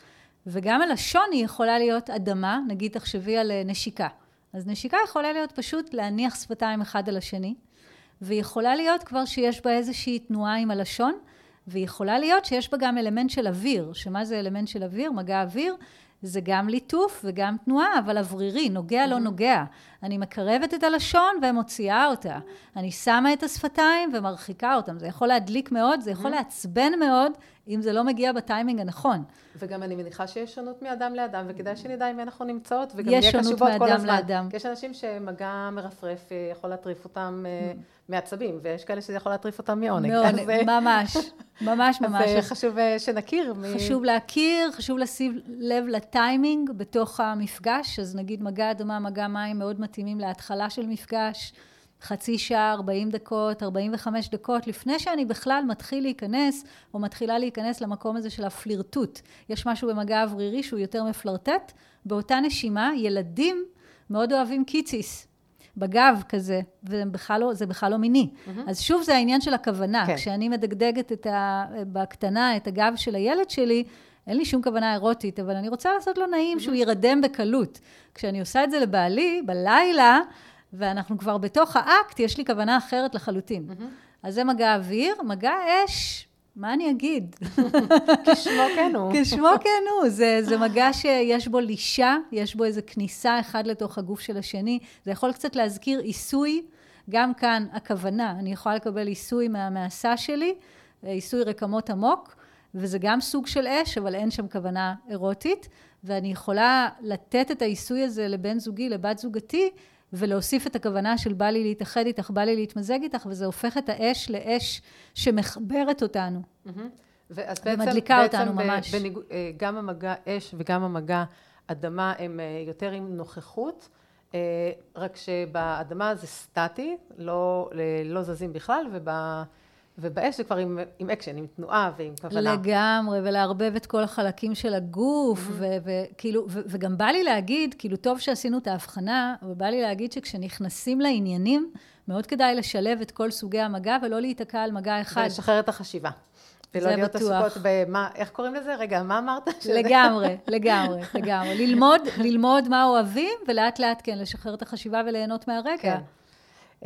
וגם הלשון היא יכולה להיות אדמה, נגיד תחשבי על נשיקה. אז נשיקה יכולה להיות פשוט להניח שפתיים אחד על השני, ויכולה להיות כבר שיש בה איזושהי תנועה עם הלשון, ויכולה להיות שיש בה גם אלמנט של אוויר. שמה זה אלמנט של אוויר? מגע אוויר. זה גם ליטוף וגם תנועה, אבל אוורירי, נוגע לא נוגע. אני מקרבת את הלשון ומוציאה אותה. אני שמה את השפתיים ומרחיקה אותם. זה יכול להדליק מאוד, זה יכול לעצבן מאוד, אם זה לא מגיע בטיימינג הנכון.
וגם אני מניחה שיש שונות מאדם לאדם, וכדאי שנדע אם אנחנו נמצאות, וגם
יש
נהיה
שונות
קשובות כל
מאדם
הזמן.
לאדם.
יש אנשים שמגע מרפרף יכול להטריף אותם מעצבים, ויש כאלה שזה יכול להטריף אותם מעונג.
מעונג, ממש, ממש ממש.
אז חשוב שנכיר.
חשוב להכיר, חשוב לשים לב לטיימינג בתוך המפגש, אז נגיד מגע אדמה, מגע מים מאוד מתאימים להתחלה של מפגש, חצי שעה, ארבעים דקות, ארבעים וחמש דקות, לפני שאני בכלל מתחיל להיכנס, או מתחילה להיכנס למקום הזה של הפלירטוט. יש משהו במגע אוורירי שהוא יותר מפלרטט, באותה נשימה ילדים מאוד אוהבים קיציס. בגב כזה, ובכלל לא, זה בכלל לא מיני. Mm-hmm. אז שוב זה העניין של הכוונה. כן. כשאני מדגדגת את ה, בקטנה את הגב של הילד שלי, אין לי שום כוונה אירוטית, אבל אני רוצה לעשות לו נעים mm-hmm. שהוא ירדם בקלות. כשאני עושה את זה לבעלי, בלילה, ואנחנו כבר בתוך האקט, יש לי כוונה אחרת לחלוטין. Mm-hmm. אז זה מגע אוויר, מגע אש, מה אני אגיד?
כשמו כן הוא.
כשמו כן הוא. זה, זה מגע שיש בו לישה, יש בו איזו כניסה אחד לתוך הגוף של השני. זה יכול קצת להזכיר עיסוי. גם כאן הכוונה, אני יכולה לקבל עיסוי מהמעשה שלי, עיסוי רקמות עמוק, וזה גם סוג של אש, אבל אין שם כוונה אירוטית. ואני יכולה לתת את העיסוי הזה לבן זוגי, לבת זוגתי, ולהוסיף את הכוונה של בא לי להתאחד איתך, בא לי להתמזג איתך, וזה הופך את האש לאש שמחברת אותנו. ומדליקה אותנו ממש.
גם המגע אש וגם המגע אדמה הם יותר עם נוכחות, רק שבאדמה זה סטטי, לא, לא זזים בכלל, ובא... ובאש זה כבר עם, עם אקשן, עם תנועה ועם כוונה.
לגמרי, ולהרבב את כל החלקים של הגוף, mm-hmm. וכאילו, ו- וגם בא לי להגיד, כאילו טוב שעשינו את ההבחנה, אבל בא לי להגיד שכשנכנסים לעניינים, מאוד כדאי לשלב את כל סוגי המגע, ולא להתעקע על מגע אחד.
ולשחרר את החשיבה. ולא להיות עסוקות במה, איך קוראים לזה? רגע, מה אמרת?
לגמרי, לגמרי, לגמרי. ללמוד, ללמוד מה אוהבים, ולאט לאט כן, לשחרר את החשיבה וליהנות מהרגע.
כן.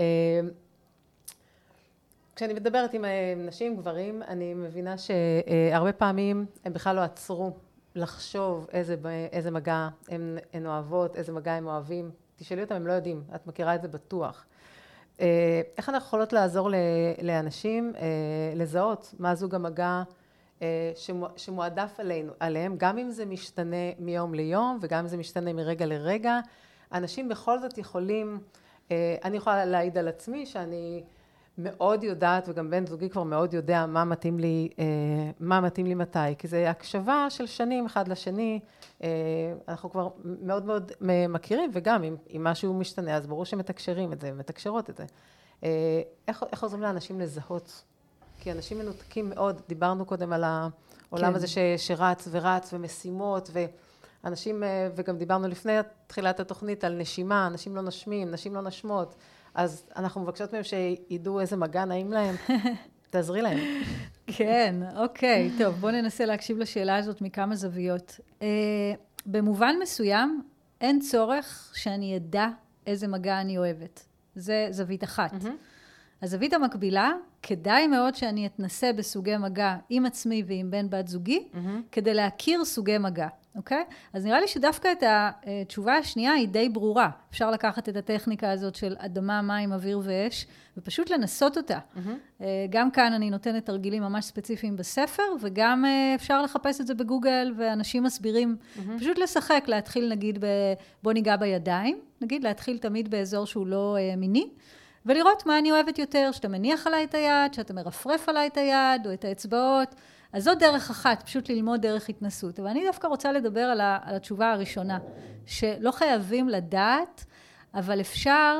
כשאני מדברת עם נשים, גברים, אני מבינה שהרבה פעמים הם בכלל לא עצרו לחשוב איזה, איזה מגע הם, הם אוהבות, איזה מגע הם אוהבים. תשאלי אותם, הם לא יודעים, את מכירה את זה בטוח. איך אנחנו יכולות לעזור לאנשים לזהות מה זוג המגע שמועדף עלינו, עליהם, גם אם זה משתנה מיום ליום וגם אם זה משתנה מרגע לרגע, אנשים בכל זאת יכולים, אני יכולה להעיד על עצמי שאני מאוד יודעת, וגם בן זוגי כבר מאוד יודע מה מתאים לי, מה מתאים לי מתי, כי זה הקשבה של שנים אחד לשני, אנחנו כבר מאוד מאוד מכירים, וגם אם, אם משהו משתנה, אז ברור שמתקשרים את זה, מתקשרות את זה. איך, איך עוזרים לאנשים לזהות? כי אנשים מנותקים מאוד, דיברנו קודם על העולם כן. הזה ש, שרץ ורץ ומשימות, ואנשים, וגם דיברנו לפני תחילת התוכנית על נשימה, אנשים לא נשמים, נשים לא נשמות, אז אנחנו מבקשות מהם שידעו איזה מגע נעים להם, תעזרי להם.
כן, אוקיי, טוב, בואו ננסה להקשיב לשאלה הזאת מכמה זוויות. במובן מסוים, אין צורך שאני אדע איזה מגע אני אוהבת. זה זווית אחת. הזווית המקבילה, כדאי מאוד שאני אתנסה בסוגי מגע עם עצמי ועם בן בת זוגי, כדי להכיר סוגי מגע. אוקיי? אז נראה לי שדווקא את התשובה השנייה היא די ברורה. אפשר לקחת את הטכניקה הזאת של אדמה, מים, אוויר ואש, ופשוט לנסות אותה. Mm-hmm. גם כאן אני נותנת תרגילים ממש ספציפיים בספר, וגם אפשר לחפש את זה בגוגל, ואנשים מסבירים, mm-hmm. פשוט לשחק, להתחיל נגיד, ב, בוא ניגע בידיים, נגיד להתחיל תמיד באזור שהוא לא מיני, ולראות מה אני אוהבת יותר, שאתה מניח עליי את היד, שאתה מרפרף עליי את היד, או את האצבעות, אז זאת דרך אחת, פשוט ללמוד דרך התנסות. אבל אני דווקא רוצה לדבר על, ה, על התשובה הראשונה, שלא חייבים לדעת, אבל אפשר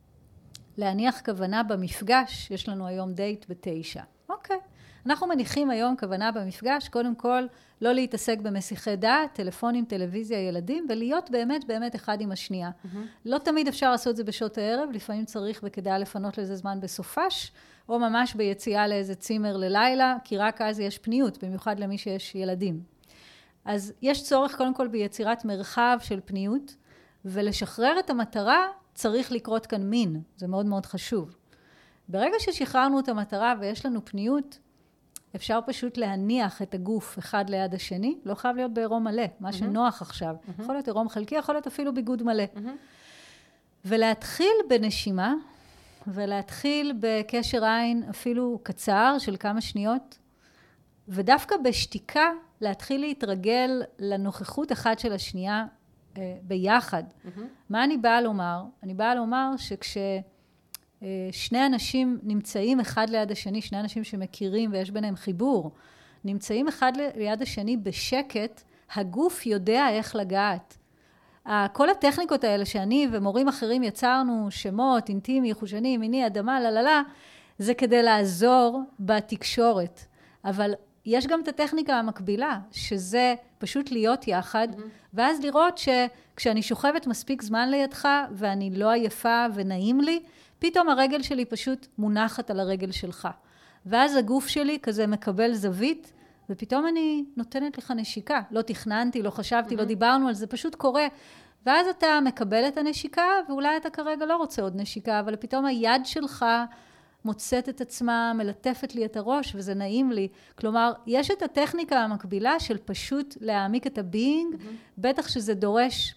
להניח כוונה במפגש, יש לנו היום דייט בתשע. אוקיי. אנחנו מניחים היום כוונה במפגש, קודם כל לא להתעסק במסיחי דעת, טלפונים, טלוויזיה, ילדים, ולהיות באמת באמת אחד עם השנייה. Mm-hmm. לא תמיד אפשר לעשות זה בשעות הערב, לפעמים צריך וכדאי לפנות לזה זמן בסופש, או ממש ביציאה לאיזה צימר ללילה, כי רק אז יש פניות, במיוחד למי שיש ילדים. אז יש צורך קודם כל ביצירת מרחב של פניות, ולשחרר את המטרה צריך לקרות כאן מין, זה מאוד מאוד חשוב. ברגע ששחררנו את המטרה ויש לנו פניות, אפשר פשוט להניח את הגוף אחד ליד השני, לא חייב להיות בעירום מלא, מה שנוח עכשיו. יכול להיות עירום חלקי, יכול להיות אפילו ביגוד מלא. ולהתחיל בנשימה, ולהתחיל בקשר עין אפילו קצר של כמה שניות, ודווקא בשתיקה להתחיל להתרגל לנוכחות אחד של השנייה אה, ביחד. Mm-hmm. מה אני באה לומר? אני באה לומר שכששני אנשים נמצאים אחד ליד השני, שני אנשים שמכירים ויש ביניהם חיבור, נמצאים אחד ליד השני בשקט, הגוף יודע איך לגעת. כל הטכניקות האלה שאני ומורים אחרים יצרנו, שמות, אינטימי, חושני, מיני, אדמה, לללה, זה כדי לעזור בתקשורת. אבל יש גם את הטכניקה המקבילה, שזה פשוט להיות יחד, mm-hmm. ואז לראות שכשאני שוכבת מספיק זמן לידך, ואני לא עייפה ונעים לי, פתאום הרגל שלי פשוט מונחת על הרגל שלך. ואז הגוף שלי כזה מקבל זווית, ופתאום אני נותנת לך נשיקה. לא תכננתי, לא חשבתי, mm-hmm. לא דיברנו על זה, פשוט קורה. ואז אתה מקבל את הנשיקה, ואולי אתה כרגע לא רוצה עוד נשיקה, אבל פתאום היד שלך מוצאת את עצמה, מלטפת לי את הראש, וזה נעים לי. כלומר, יש את הטכניקה המקבילה של פשוט להעמיק את הביינג, mm-hmm. בטח שזה דורש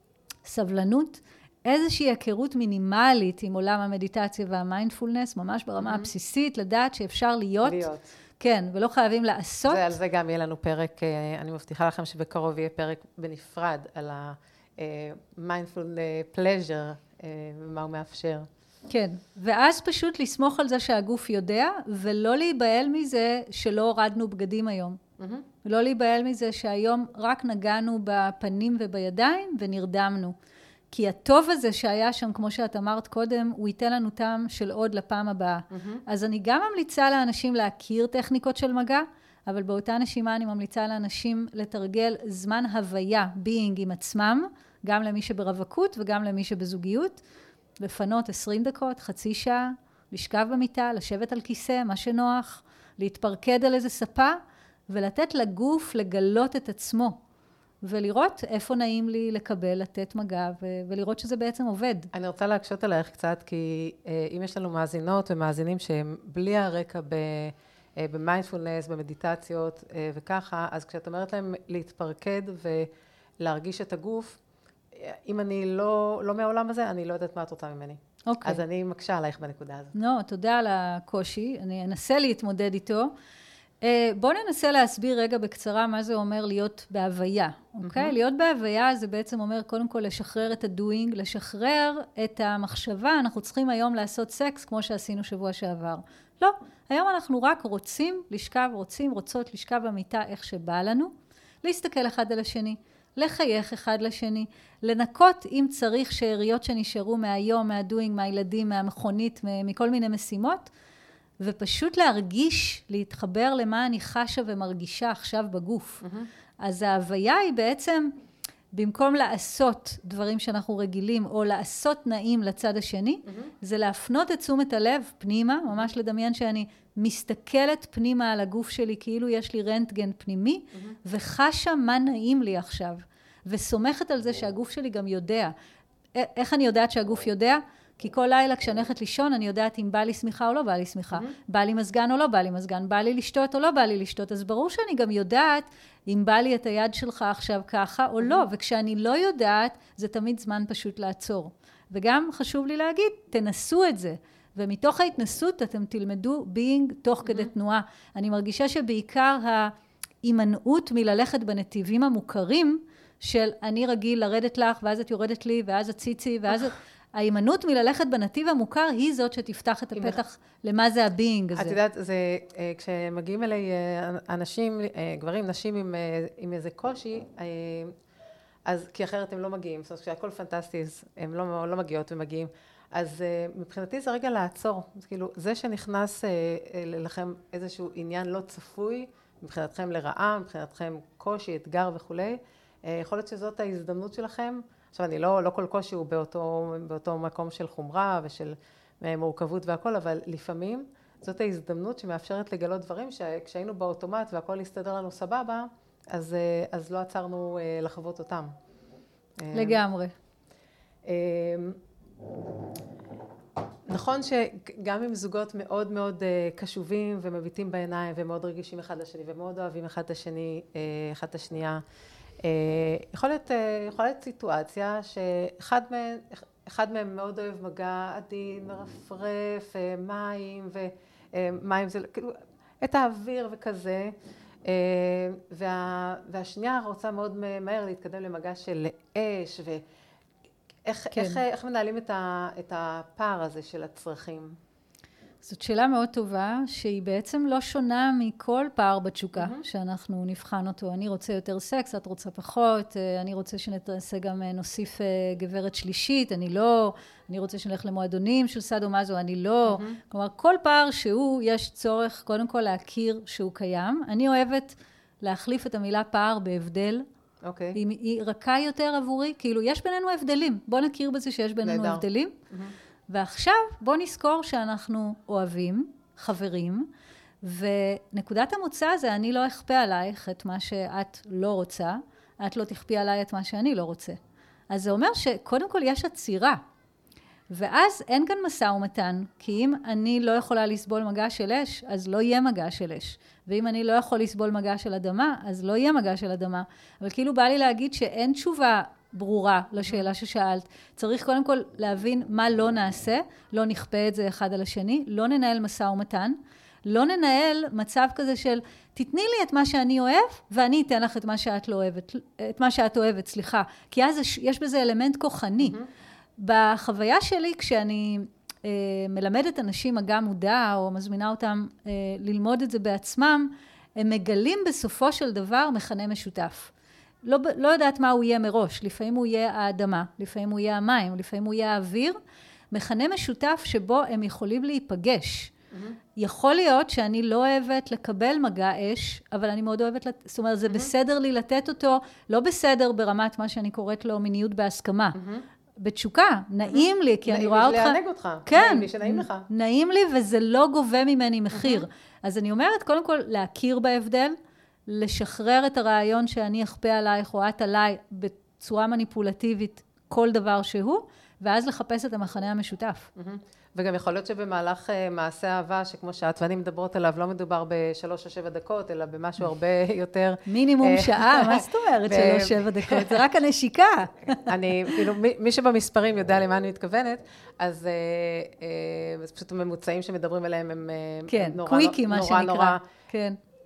סבלנות, איזושהי היכרות מינימלית עם עולם המדיטציה והמיינדפולנס, ממש ברמה mm-hmm. הבסיסית, לדעת שאפשר להיות. להיות. כן, ולא חייבים לעשות.
ועל זה גם יהיה לנו פרק, אני מבטיחה לכם שבקרוב יהיה פרק בנפרד על ה-mindful pleasure, ומה הוא מאפשר.
כן, ואז פשוט לסמוך על זה שהגוף יודע, ולא להיבהל מזה שלא הורדנו בגדים היום. Mm-hmm. ולא להיבהל מזה שהיום רק נגענו בפנים ובידיים ונרדמנו. כי הטוב הזה שהיה שם, כמו שאת אמרת קודם, הוא ייתן לנו טעם של עוד לפעם הבאה. Mm-hmm. אז אני גם ממליצה לאנשים להכיר טכניקות של מגע, אבל באותה נשימה אני ממליצה לאנשים לתרגל זמן הוויה, being עם עצמם, גם למי שברווקות וגם למי שבזוגיות, לפנות עשרים דקות, חצי שעה, לשכב במיטה, לשבת על כיסא, מה שנוח, להתפרקד על איזה ספה, ולתת לגוף לגלות את עצמו. ולראות איפה נעים לי לקבל, לתת מגע, ו- ולראות שזה בעצם עובד.
אני רוצה להקשות עליך קצת, כי אה, אם יש לנו מאזינות ומאזינים שהם בלי הרקע ב- אה, במיינדפולנס, במדיטציות אה, וככה, אז כשאת אומרת להם להתפרקד ולהרגיש את הגוף, אם אני לא, לא מהעולם הזה, אני לא יודעת מה את רוצה ממני. אוקיי. אז אני מקשה עלייך בנקודה הזאת.
לא, תודה על הקושי, אני אנסה להתמודד איתו. בואו ננסה להסביר רגע בקצרה מה זה אומר להיות בהוויה, אוקיי? Mm-hmm. להיות בהוויה זה בעצם אומר קודם כל לשחרר את הדוינג, לשחרר את המחשבה, אנחנו צריכים היום לעשות סקס כמו שעשינו שבוע שעבר. לא, היום אנחנו רק רוצים לשכב, רוצים, רוצות לשכב במיטה איך שבא לנו, להסתכל אחד על השני, לחייך אחד לשני, לנקות אם צריך שאריות שנשארו מהיום, מהדוינג, מהילדים, מהמכונית, מכל מיני משימות, ופשוט להרגיש, להתחבר למה אני חשה ומרגישה עכשיו בגוף. Mm-hmm. אז ההוויה היא בעצם, במקום לעשות דברים שאנחנו רגילים, או לעשות נעים לצד השני, mm-hmm. זה להפנות את תשומת הלב פנימה, ממש לדמיין שאני מסתכלת פנימה על הגוף שלי, כאילו יש לי רנטגן פנימי, mm-hmm. וחשה מה נעים לי עכשיו. וסומכת על זה שהגוף שלי גם יודע. איך אני יודעת שהגוף יודע? כי כל לילה כשאני הולכת לישון, אני יודעת אם בא לי שמחה או לא בא לי שמחה. Mm-hmm. בא לי מזגן או לא בא לי מזגן. בא לי לשתות או לא בא לי לשתות. אז ברור שאני גם יודעת אם בא לי את היד שלך עכשיו ככה או mm-hmm. לא. וכשאני לא יודעת, זה תמיד זמן פשוט לעצור. וגם חשוב לי להגיד, תנסו את זה. ומתוך ההתנסות אתם תלמדו being תוך mm-hmm. כדי תנועה. אני מרגישה שבעיקר ההימנעות מללכת בנתיבים המוכרים, של אני רגיל לרדת לך, ואז את יורדת לי, ואז את ציצי, ואז את... ההימנעות מללכת בנתיב המוכר היא זאת שתפתח את הפתח למה זה הביינג הזה.
את יודעת, זה, כשמגיעים אליי אנשים, גברים, נשים עם, עם איזה קושי, אז כי אחרת הם לא מגיעים. זאת אומרת, כשהכל פנטסטי, הם לא, לא מגיעות ומגיעים. אז מבחינתי זה רגע לעצור. כאילו, זה שנכנס לכם איזשהו עניין לא צפוי, מבחינתכם לרעה, מבחינתכם קושי, אתגר וכולי, יכול להיות שזאת ההזדמנות שלכם. עכשיו, אני לא, לא כל קושי הוא באותו, באותו מקום של חומרה ושל מורכבות והכל, אבל לפעמים זאת ההזדמנות שמאפשרת לגלות דברים שכשהיינו באוטומט והכל הסתדר לנו סבבה, אז, אז לא עצרנו לחוות אותם.
לגמרי.
נכון שגם עם זוגות מאוד מאוד קשובים ומביטים בעיניים ומאוד רגישים אחד לשני ומאוד אוהבים אחד השני, אחד את השנייה, יכול להיות, יכול להיות סיטואציה שאחד מהם, אחד מהם מאוד אוהב מגע עדין, מרפרף, מים ומים זה כאילו את האוויר וכזה, וה, והשנייה רוצה מאוד מהר להתקדם למגע של אש, ואיך כן. איך, איך מנהלים את, ה, את הפער הזה של הצרכים?
זאת שאלה מאוד טובה, שהיא בעצם לא שונה מכל פער בתשוקה, mm-hmm. שאנחנו נבחן אותו. אני רוצה יותר סקס, את רוצה פחות, אני רוצה שנעשה גם נוסיף גברת שלישית, אני לא, אני רוצה שנלך למועדונים של סאדו-מאזו, אני לא. Mm-hmm. כלומר, כל פער שהוא, יש צורך קודם כל להכיר שהוא קיים. אני אוהבת להחליף את המילה פער בהבדל.
אוקיי. Okay.
היא, היא רכה יותר עבורי, כאילו יש בינינו הבדלים. בוא נכיר בזה שיש בינינו נהדר. הבדלים. Mm-hmm. ועכשיו בוא נזכור שאנחנו אוהבים, חברים, ונקודת המוצא זה אני לא אכפה עלייך את מה שאת לא רוצה, את לא תכפי עליי את מה שאני לא רוצה. אז זה אומר שקודם כל יש עצירה, ואז אין כאן משא ומתן, כי אם אני לא יכולה לסבול מגע של אש, אז לא יהיה מגע של אש. ואם אני לא יכול לסבול מגע של אדמה, אז לא יהיה מגע של אדמה. אבל כאילו בא לי להגיד שאין תשובה ברורה לשאלה ששאלת. צריך קודם כל להבין מה לא נעשה, לא נכפה את זה אחד על השני, לא ננהל משא ומתן, לא ננהל מצב כזה של תתני לי את מה שאני אוהב, ואני אתן לך את מה שאת לא אוהבת, את מה שאת אוהבת, סליחה. כי אז יש בזה אלמנט כוחני. Mm-hmm. בחוויה שלי, כשאני אה, מלמדת אנשים מגע מודע, או מזמינה אותם אה, ללמוד את זה בעצמם, הם מגלים בסופו של דבר מכנה משותף. לא, לא יודעת מה הוא יהיה מראש, לפעמים הוא יהיה האדמה, לפעמים הוא יהיה המים, לפעמים הוא יהיה האוויר, מכנה משותף שבו הם יכולים להיפגש. Mm-hmm. יכול להיות שאני לא אוהבת לקבל מגע אש, אבל אני מאוד אוהבת, לת... זאת אומרת, זה mm-hmm. בסדר לי לתת אותו, לא בסדר ברמת מה שאני קוראת לו מיניות בהסכמה. Mm-hmm. בתשוקה, נעים לי, כי אני רואה אותך...
נעים לי להענג אותך.
כן.
נעים לי שנעים לך.
נעים לי, וזה לא גובה ממני מחיר. אז אני אומרת, קודם כל, להכיר בהבדל, לשחרר את הרעיון שאני אכפה עלייך או את עליי בצורה מניפולטיבית, כל דבר שהוא, ואז לחפש את המחנה המשותף.
וגם יכול להיות שבמהלך מעשה אהבה, שכמו שאת ואני מדברות עליו, לא מדובר בשלוש או שבע דקות, אלא במשהו הרבה יותר...
מינימום שעה, מה זאת אומרת שלוש שבע דקות? זה רק הנשיקה.
אני, כאילו, מי שבמספרים יודע למה אני מתכוונת, אז פשוט הממוצעים שמדברים עליהם הם נורא, נורא, נורא,
כן.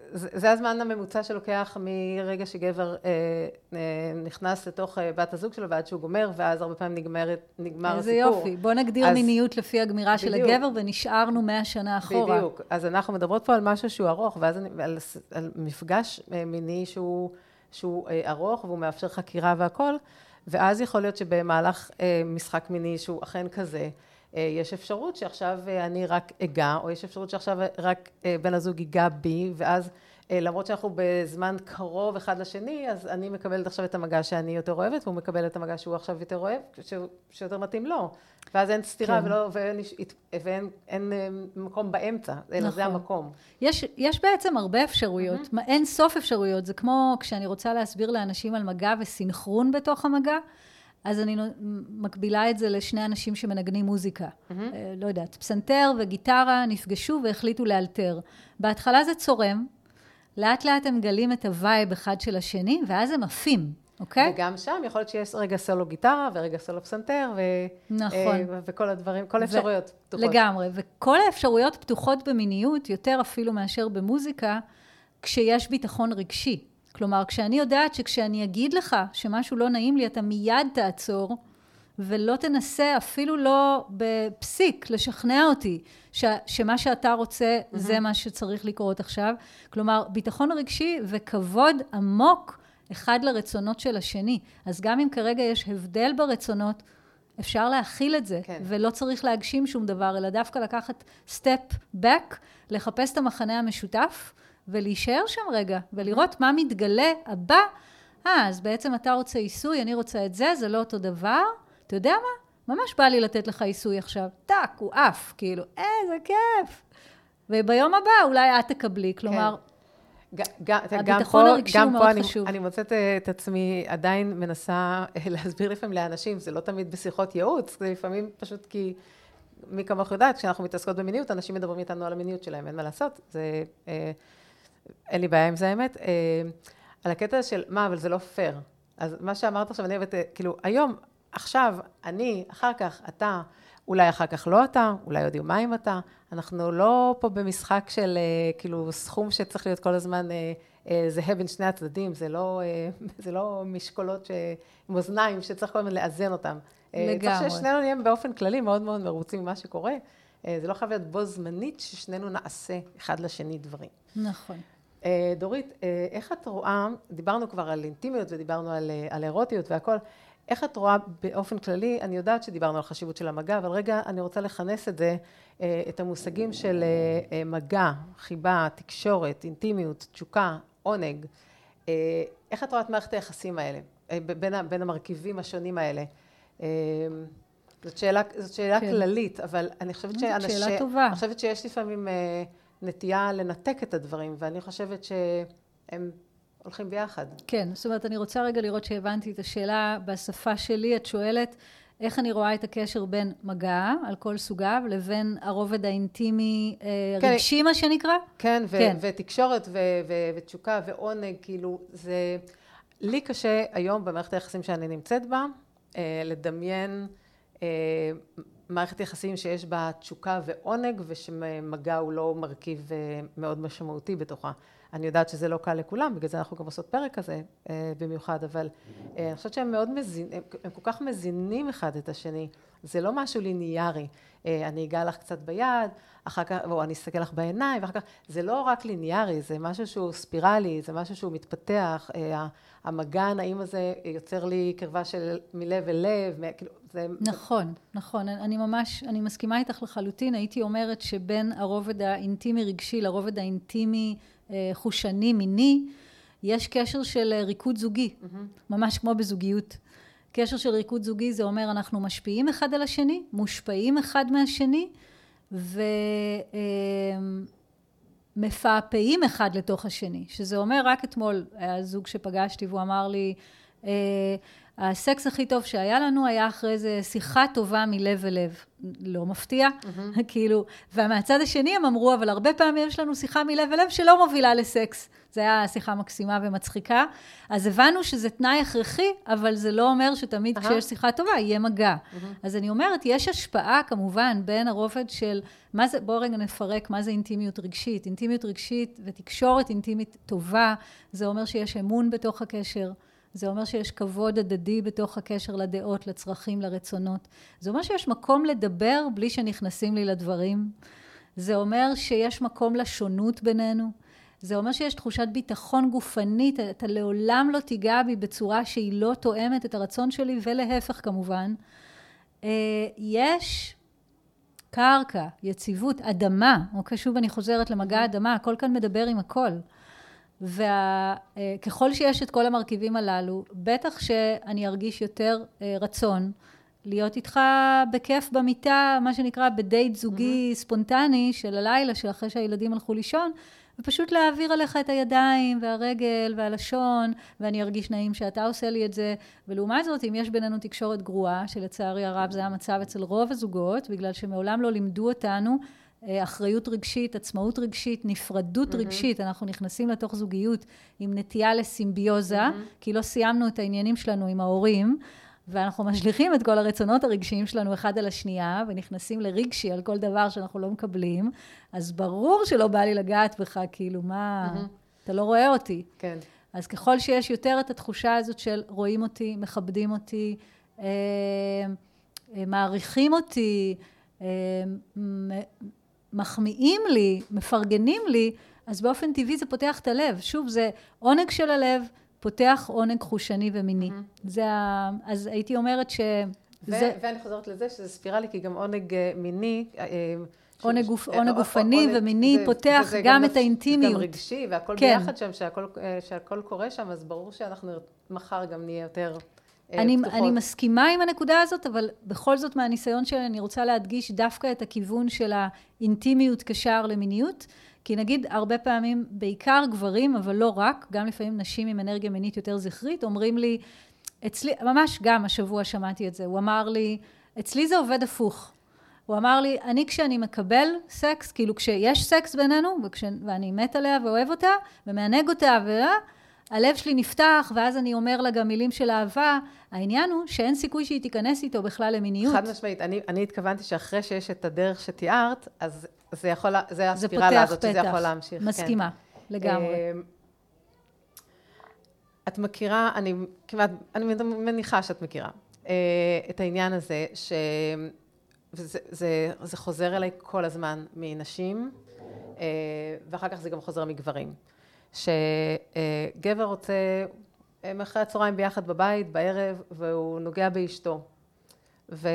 זה הזמן הממוצע שלוקח מרגע שגבר אה, אה, נכנס לתוך אה, בת הזוג שלו ועד שהוא גומר, ואז הרבה פעמים נגמר, נגמר
איזה
הסיפור.
יופי. בוא נגדיר
אז,
מיניות לפי הגמירה
בדיוק.
של הגבר, ונשארנו מאה שנה אחורה.
בדיוק. אז אנחנו מדברות פה על משהו שהוא ארוך, ואז אני, על, על מפגש אה, מיני שהוא, שהוא אה, ארוך, והוא מאפשר חקירה והכל, ואז יכול להיות שבמהלך אה, משחק מיני שהוא אכן כזה, יש אפשרות שעכשיו אני רק אגע, או יש אפשרות שעכשיו רק בן הזוג ייגע בי, ואז למרות שאנחנו בזמן קרוב אחד לשני, אז אני מקבלת עכשיו את המגע שאני יותר אוהבת, והוא מקבל את המגע שהוא עכשיו יותר אוהב, שיותר מתאים לו. ואז אין סתירה, כן. ולא, ואין, ואין אין מקום באמצע, אלא נכון. זה המקום.
יש, יש בעצם הרבה אפשרויות, mm-hmm. אין סוף אפשרויות. זה כמו כשאני רוצה להסביר לאנשים על מגע וסינכרון בתוך המגע, אז אני מקבילה את זה לשני אנשים שמנגנים מוזיקה. Mm-hmm. לא יודעת, פסנתר וגיטרה נפגשו והחליטו לאלתר. בהתחלה זה צורם, לאט לאט הם גלים את הווייב אחד של השני, ואז הם עפים, אוקיי?
וגם שם יכול להיות שיש רגע סולו גיטרה ורגע סולו פסנתר, ו...
נכון.
וכל הדברים, כל האפשרויות ו... פתוחות.
לגמרי, וכל האפשרויות פתוחות במיניות, יותר אפילו מאשר במוזיקה, כשיש ביטחון רגשי. כלומר, כשאני יודעת שכשאני אגיד לך שמשהו לא נעים לי, אתה מיד תעצור, ולא תנסה אפילו לא בפסיק לשכנע אותי, ש, שמה שאתה רוצה mm-hmm. זה מה שצריך לקרות עכשיו. כלומר, ביטחון רגשי וכבוד עמוק אחד לרצונות של השני. אז גם אם כרגע יש הבדל ברצונות, אפשר להכיל את זה, כן. ולא צריך להגשים שום דבר, אלא דווקא לקחת step back, לחפש את המחנה המשותף, ולהישאר שם רגע, ולראות מה מתגלה הבא. אה, אז בעצם אתה רוצה עיסוי, אני רוצה את זה, זה לא אותו דבר. אתה יודע מה? ממש בא לי לתת לך עיסוי עכשיו. טק, הוא אף, כאילו, אה, זה כיף. וביום הבא אולי את תקבלי, כלומר, הביטחון הרגשי הוא מאוד חשוב.
אני מוצאת את עצמי עדיין מנסה להסביר לפעמים לאנשים, זה לא תמיד בשיחות ייעוץ, זה לפעמים פשוט כי מי כמוך יודעת, כשאנחנו מתעסקות במיניות, אנשים מדברים איתנו על המיניות שלהם, אין מה לעשות, זה, אין לי בעיה עם זה האמת. על הקטע של, מה, אבל זה לא פייר. אז מה שאמרת עכשיו, אני אוהבת, כאילו, היום, עכשיו, אני, אחר כך, אתה, אולי אחר כך לא אתה, אולי עוד יומיים אתה, אנחנו לא פה במשחק של, כאילו, סכום שצריך להיות כל הזמן זהה בין שני הצדדים, זה לא, זה לא משקולות עם אוזניים שצריך כל הזמן לאזן אותם. לגמרי. צריך ששנינו נהיה באופן כללי מאוד מאוד מרוצים ממה שקורה. זה לא חייב להיות בו זמנית ששנינו נעשה אחד לשני דברים.
נכון.
דורית, איך את רואה, דיברנו כבר על אינטימיות ודיברנו על, על אירוטיות והכל, איך את רואה באופן כללי, אני יודעת שדיברנו על חשיבות של המגע, אבל רגע אני רוצה לכנס את זה, את המושגים של מגע, חיבה, תקשורת, אינטימיות, תשוקה, עונג. איך את רואה את מערכת היחסים האלה, בין, בין המרכיבים השונים האלה? זאת שאלה, זאת שאלה כן. כללית, אבל אני חושבת שאנש...
שאלה טובה.
אני חושבת שיש לפעמים נטייה לנתק את הדברים, ואני חושבת שהם הולכים ביחד.
כן, זאת אומרת, אני רוצה רגע לראות שהבנתי את השאלה בשפה שלי, את שואלת, איך אני רואה את הקשר בין מגע, על כל סוגיו, לבין הרובד האינטימי כן, רגשי, מה שנקרא?
כן, ו- כן. ותקשורת ו- ו- ותשוקה ועונג, כאילו, זה... לי קשה היום במערכת היחסים שאני נמצאת בה, לדמיין מערכת יחסים שיש בה תשוקה ועונג, ושמגע הוא לא מרכיב מאוד משמעותי בתוכה. אני יודעת שזה לא קל לכולם, בגלל זה אנחנו גם עושות פרק כזה במיוחד, אבל אני חושבת שהם מאוד מזינים, הם כל כך מזינים אחד את השני. זה לא משהו ליניארי. אני אגע לך קצת ביד, אחר כך, או אני אסתכל לך בעיניים, ואחר כך, זה לא רק ליניארי, זה משהו שהוא ספירלי, זה משהו שהוא מתפתח. המגע הנעים הזה יוצר לי קרבה של מלב אל לב, כאילו, זה...
נכון, נכון. אני ממש, אני מסכימה איתך לחלוטין, הייתי אומרת שבין הרובד האינטימי רגשי לרובד האינטימי חושני, מיני, יש קשר של ריקוד זוגי, mm-hmm. ממש כמו בזוגיות. קשר של ריקוד זוגי זה אומר אנחנו משפיעים אחד על השני, מושפעים אחד מהשני, ומפעפעים אחד לתוך השני. שזה אומר, רק אתמול היה זוג שפגשתי והוא אמר לי, הסקס הכי טוב שהיה לנו היה אחרי זה שיחה טובה מלב ולב. לא מפתיע, mm-hmm. כאילו, ומהצד השני הם אמרו, אבל הרבה פעמים יש לנו שיחה מלב ולב שלא מובילה לסקס. זה היה שיחה מקסימה ומצחיקה. אז הבנו שזה תנאי הכרחי, אבל זה לא אומר שתמיד uh-huh. כשיש שיחה טובה, יהיה מגע. Uh-huh. אז אני אומרת, יש השפעה כמובן בין הרובד של, מה זה, בואו רגע נפרק, מה זה אינטימיות רגשית. אינטימיות רגשית ותקשורת אינטימית טובה, זה אומר שיש אמון בתוך הקשר. זה אומר שיש כבוד הדדי בתוך הקשר לדעות, לצרכים, לרצונות. זה אומר שיש מקום לדבר בלי שנכנסים לי לדברים. זה אומר שיש מקום לשונות בינינו. זה אומר שיש תחושת ביטחון גופנית, אתה לעולם לא תיגע בי בצורה שהיא לא תואמת את הרצון שלי, ולהפך כמובן. יש קרקע, יציבות, אדמה, אוקיי, שוב אני חוזרת למגע אדמה, הכל כאן מדבר עם הכל. וככל שיש את כל המרכיבים הללו, בטח שאני ארגיש יותר רצון להיות איתך בכיף במיטה, מה שנקרא בדייט זוגי ספונטני של הלילה, של אחרי שהילדים הלכו לישון, ופשוט להעביר עליך את הידיים והרגל והלשון, ואני ארגיש נעים שאתה עושה לי את זה. ולעומת זאת, אם יש בינינו תקשורת גרועה, שלצערי הרב זה המצב אצל רוב הזוגות, בגלל שמעולם לא לימדו אותנו, אחריות רגשית, עצמאות רגשית, נפרדות mm-hmm. רגשית, אנחנו נכנסים לתוך זוגיות עם נטייה לסימביוזה, mm-hmm. כי לא סיימנו את העניינים שלנו עם ההורים, ואנחנו משליכים את כל הרצונות הרגשיים שלנו אחד על השנייה, ונכנסים לרגשי על כל דבר שאנחנו לא מקבלים, אז ברור שלא בא לי לגעת בך, כאילו מה, mm-hmm. אתה לא רואה אותי.
כן.
אז ככל שיש יותר את התחושה הזאת של רואים אותי, מכבדים אותי, אה, אה, מעריכים אותי, אה, מחמיאים לי, מפרגנים לי, אז באופן טבעי זה פותח את הלב. שוב, זה עונג של הלב, פותח עונג חושני ומיני. Mm-hmm. זה ה... אז הייתי אומרת ש...
ו- זה... ואני חוזרת לזה שזה ספירלי, כי גם עונג מיני...
עונג, גוף, עונג גופני עונג, ומיני זה, פותח גם, גם את האינטימיות.
זה גם רגשי, והכל כן. ביחד שם, שהכל, שהכל קורה שם, אז ברור שאנחנו מחר גם נהיה יותר...
אני, אני מסכימה עם הנקודה הזאת, אבל בכל זאת מהניסיון שלי אני רוצה להדגיש דווקא את הכיוון של האינטימיות כשער למיניות, כי נגיד הרבה פעמים, בעיקר גברים, אבל לא רק, גם לפעמים נשים עם אנרגיה מינית יותר זכרית, אומרים לי, אצלי, ממש גם השבוע שמעתי את זה, הוא אמר לי, אצלי זה עובד הפוך. הוא אמר לי, אני כשאני מקבל סקס, כאילו כשיש סקס בינינו, וכש, ואני מת עליה ואוהב אותה, ומענג אותה, ו... הלב שלי נפתח, ואז אני אומר לה גם מילים של אהבה. העניין הוא שאין סיכוי שהיא תיכנס איתו בכלל למיניות.
חד משמעית. אני, אני התכוונתי שאחרי שיש את הדרך שתיארת, אז זה יכול, זה הספירלה הזאת, שזה יכול להמשיך.
מסכימה, כן. לגמרי.
את מכירה, אני כמעט, אני מניחה שאת מכירה, את העניין הזה, שזה, זה, זה חוזר אליי כל הזמן מנשים, ואחר כך זה גם חוזר מגברים. שגבר רוצה אחרי הצהריים ביחד בבית, בערב, והוא נוגע באשתו. ו...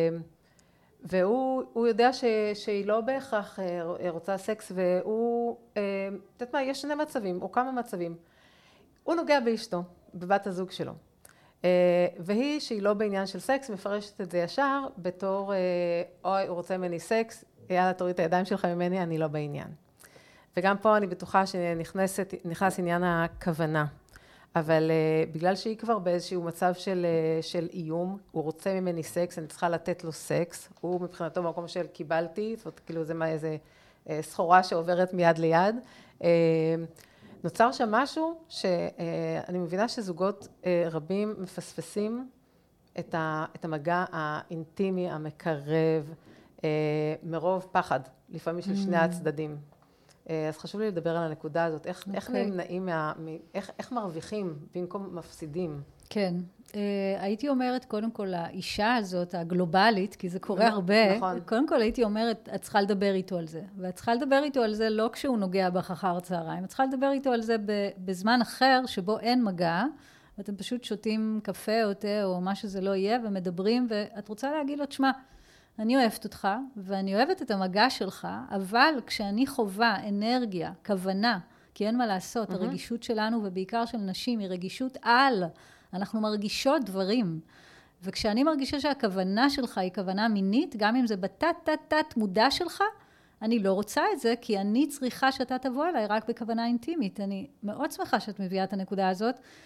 והוא יודע ש... שהיא לא בהכרח רוצה סקס, והוא, את יודעת מה, יש שני מצבים, או כמה מצבים. הוא נוגע באשתו, בבת הזוג שלו. והיא, שהיא לא בעניין של סקס, מפרשת את זה ישר, בתור, אוי, הוא רוצה ממני סקס, יאללה, תוריד את הידיים שלך ממני, אני לא בעניין. וגם פה אני בטוחה שנכנס עניין הכוונה. אבל uh, בגלל שהיא כבר באיזשהו מצב של, uh, של איום, הוא רוצה ממני סקס, אני צריכה לתת לו סקס, הוא מבחינתו במקום של קיבלתי, זאת אומרת, כאילו זה מה, איזה uh, סחורה שעוברת מיד ליד. Uh, נוצר שם משהו שאני uh, מבינה שזוגות uh, רבים מפספסים את, ה, את המגע האינטימי, המקרב, uh, מרוב פחד, לפעמים של שני הצדדים. אז חשוב לי לדבר על הנקודה הזאת, איך, okay. איך נמנעים, מה, איך, איך מרוויחים במקום מפסידים?
כן, הייתי אומרת קודם כל לאישה הזאת, הגלובלית, כי זה קורה הרבה, נכון. קודם כל הייתי אומרת, את צריכה לדבר איתו על זה, ואת צריכה לדבר איתו על זה לא כשהוא נוגע בך אחר צהריים, את צריכה לדבר איתו על זה בזמן אחר שבו אין מגע, ואתם פשוט שותים קפה או תה או מה שזה לא יהיה, ומדברים, ואת רוצה להגיד לו, תשמע, אני אוהבת אותך, ואני אוהבת את המגע שלך, אבל כשאני חובה אנרגיה, כוונה, כי אין מה לעשות, mm-hmm. הרגישות שלנו, ובעיקר של נשים, היא רגישות על. אנחנו מרגישות דברים. וכשאני מרגישה שהכוונה שלך היא כוונה מינית, גם אם זה בתת תת תת מודע שלך, אני לא רוצה את זה, כי אני צריכה שאתה תבוא אליי רק בכוונה אינטימית. אני מאוד שמחה שאת מביאה את הנקודה הזאת,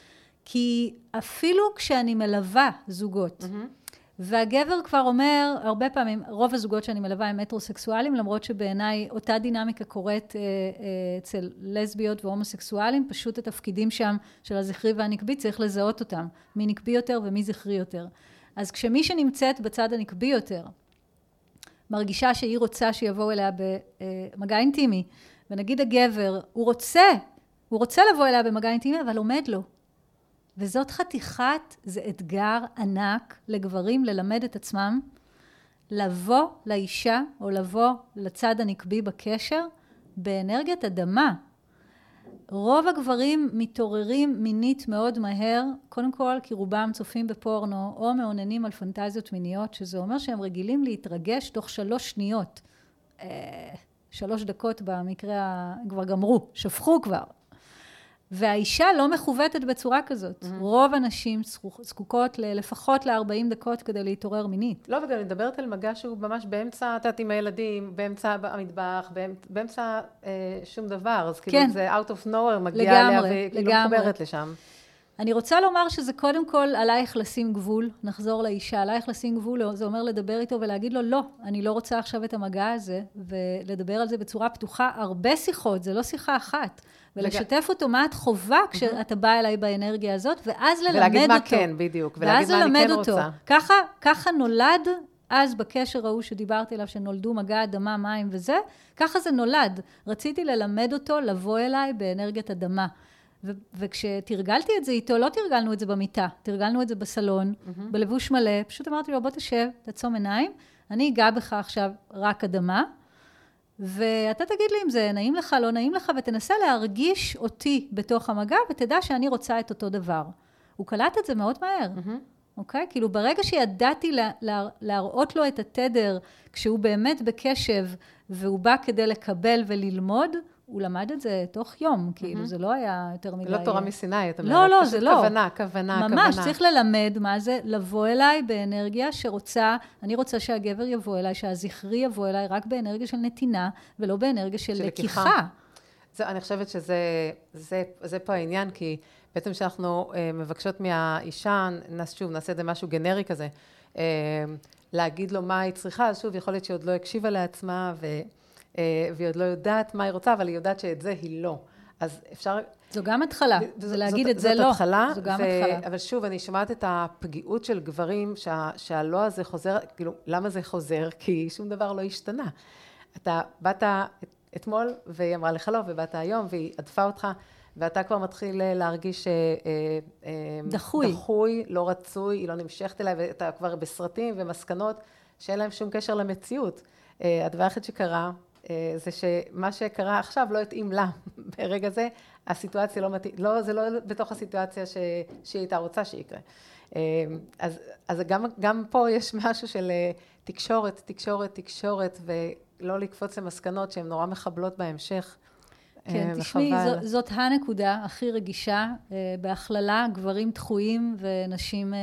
כי אפילו כשאני מלווה זוגות, והגבר כבר אומר, הרבה פעמים, רוב הזוגות שאני מלווה הם מטרוסקסואלים, למרות שבעיניי אותה דינמיקה קורית אצל לסביות והומוסקסואלים, פשוט התפקידים שם של הזכרי והנקבי, צריך לזהות אותם, מי נקבי יותר ומי זכרי יותר. אז כשמי שנמצאת בצד הנקבי יותר, מרגישה שהיא רוצה שיבואו אליה במגע אינטימי, ונגיד הגבר, הוא רוצה, הוא רוצה לבוא אליה במגע אינטימי, אבל עומד לו. וזאת חתיכת, זה אתגר ענק לגברים ללמד את עצמם, לבוא לאישה או לבוא לצד הנקבי בקשר, באנרגיית אדמה. רוב הגברים מתעוררים מינית מאוד מהר, קודם כל כי רובם צופים בפורנו או מעוננים על פנטזיות מיניות, שזה אומר שהם רגילים להתרגש תוך שלוש שניות. שלוש דקות במקרה, כבר גמרו, שפכו כבר. והאישה לא מכוותת בצורה כזאת. Mm-hmm. רוב הנשים זקוקות לפחות ל-ארבעים דקות כדי להתעורר מינית.
לא, וגם מדברת על מגע שהוא ממש באמצע, תת עם הילדים, באמצע המטבח, באמצע אה, שום דבר. אז כאילו כן. זה out of nowhere מגיעה אליה וכאילו מחוברת לשם.
אני רוצה לומר שזה קודם כל עלייך לשים גבול, נחזור לאישה, עלייך לשים גבול, זה אומר לדבר איתו ולהגיד לו, לא, אני לא רוצה עכשיו את המגע הזה, ולדבר על זה בצורה פתוחה, הרבה שיחות, זה לא שיחה אחת, ולשתף אותו מה את חובה כשאתה בא אליי באנרגיה הזאת, ואז ללמד אותו.
ולהגיד מה כן, בדיוק, ולהגיד מה אני כן רוצה.
ככה, ככה נולד, אז בקשר ההוא שדיברתי עליו, שנולדו מגע אדמה, מים וזה, ככה זה נולד. רציתי ללמד אותו לבוא אליי באנרגיית אדמה. ו- וכשתרגלתי את זה איתו, לא תרגלנו את זה במיטה, תרגלנו את זה בסלון, mm-hmm. בלבוש מלא, פשוט אמרתי לו, בוא תשב, תעצום עיניים, אני אגע בך עכשיו רק אדמה, ואתה תגיד לי אם זה נעים לך, לא נעים לך, ותנסה להרגיש אותי בתוך המגע, ותדע שאני רוצה את אותו דבר. הוא קלט את זה מאוד מהר, mm-hmm. אוקיי? כאילו ברגע שידעתי לה, לה, להראות לו את התדר, כשהוא באמת בקשב, והוא בא כדי לקבל וללמוד, הוא למד את זה תוך יום, כאילו, זה לא היה יותר מדי.
לא תורה מסיני, אתה
לא, לא, זה לא.
כוונה, כוונה, כוונה.
ממש, צריך ללמד מה זה, לבוא אליי באנרגיה שרוצה, אני רוצה שהגבר יבוא אליי, שהזכרי יבוא אליי, רק באנרגיה של נתינה, ולא באנרגיה של לקיחה.
אני חושבת שזה, זה, זה פה העניין, כי בעצם שאנחנו מבקשות מהאישה, שוב, נעשה את זה משהו גנרי כזה, להגיד לו מה היא צריכה, אז שוב, יכול להיות שהיא עוד לא הקשיבה לעצמה, ו... והיא עוד לא יודעת מה היא רוצה, אבל היא יודעת שאת זה היא לא. אז אפשר...
זו גם התחלה, זה להגיד את זה לא.
זאת התחלה,
זו גם התחלה.
אבל שוב, אני שומעת את הפגיעות של גברים, שהלא הזה חוזר, כאילו, למה זה חוזר? כי שום דבר לא השתנה. אתה באת אתמול, והיא אמרה לך לא, ובאת היום, והיא עדפה אותך, ואתה כבר מתחיל להרגיש
דחוי.
דחוי, לא רצוי, היא לא נמשכת אליי, ואתה כבר בסרטים ומסקנות, שאין להם שום קשר למציאות. הדבר האחד שקרה, זה שמה שקרה עכשיו לא התאים לה ברגע זה, הסיטואציה לא מתאים, לא, זה לא בתוך הסיטואציה ש, שהיא הייתה רוצה שיקרה. אז, אז גם, גם פה יש משהו של תקשורת, תקשורת, תקשורת, ולא לקפוץ למסקנות שהן נורא מחבלות בהמשך.
כן, תשמעי, ז, זאת הנקודה הכי רגישה, בהכללה, גברים דחויים ונשים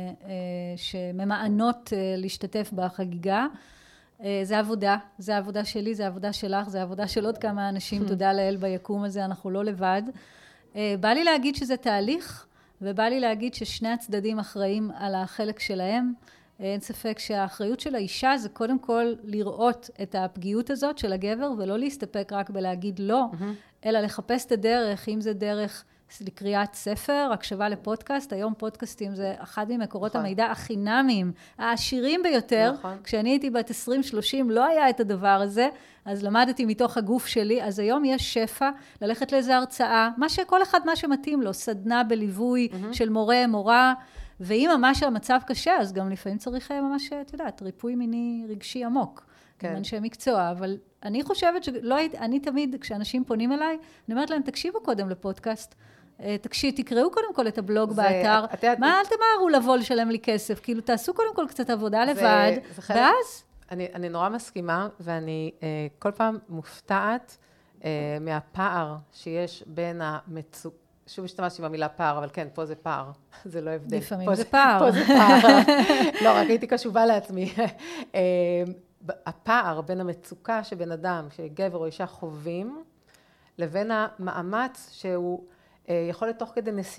שממענות להשתתף בחגיגה. זה עבודה, זה העבודה שלי, זה העבודה שלך, זה העבודה של עוד כמה אנשים, תודה לאל ביקום הזה, אנחנו לא לבד. בא לי להגיד שזה תהליך, ובא לי להגיד ששני הצדדים אחראים על החלק שלהם. אין ספק שהאחריות של האישה זה קודם כל לראות את הפגיעות הזאת של הגבר, ולא להסתפק רק בלהגיד לא, אלא לחפש את הדרך, אם זה דרך לקריאת ספר, הקשבה לפודקאסט, היום פודקאסטים זה אחד ממקורות נכון. המידע החינמיים, העשירים ביותר, נכון. כשאני הייתי בת עשרים שלושים לא היה את הדבר הזה, אז למדתי מתוך הגוף שלי, אז היום יש שפע, ללכת לאיזו הרצאה, מה שכל אחד מה שמתאים לו, סדנה בליווי mm-hmm. של מורה, מורה, ואם ממש המצב קשה, אז גם לפעמים צריך ממש, את יודעת, ריפוי מיני רגשי עמוק, כן. אנשי מקצוע, אבל אני חושבת שלא, אני תמיד, כשאנשים פונים אליי, אני אומרת להם, תקשיבו קודם לפודקאסט, תקשיב, תקראו קודם כל את הבלוג זה, באתר, את, את, מה, אל תמהרו לבוא לשלם לי כסף, כאילו תעשו קודם כל קצת עבודה זה, לבד, זה חלק, ואז...
אני, אני נורא מסכימה, ואני uh, כל פעם מופתעת uh, מהפער שיש בין המצוק... שוב השתמשתי במילה פער, אבל כן, פה זה פער, זה לא הבדל.
לפעמים זה פער.
פה זה פער. לא, רק הייתי קשובה לעצמי. uh, הפער בין המצוקה שבן אדם, שגבר או אישה חווים, לבין המאמץ שהוא... יכול להיות תוך כדי נסיעה,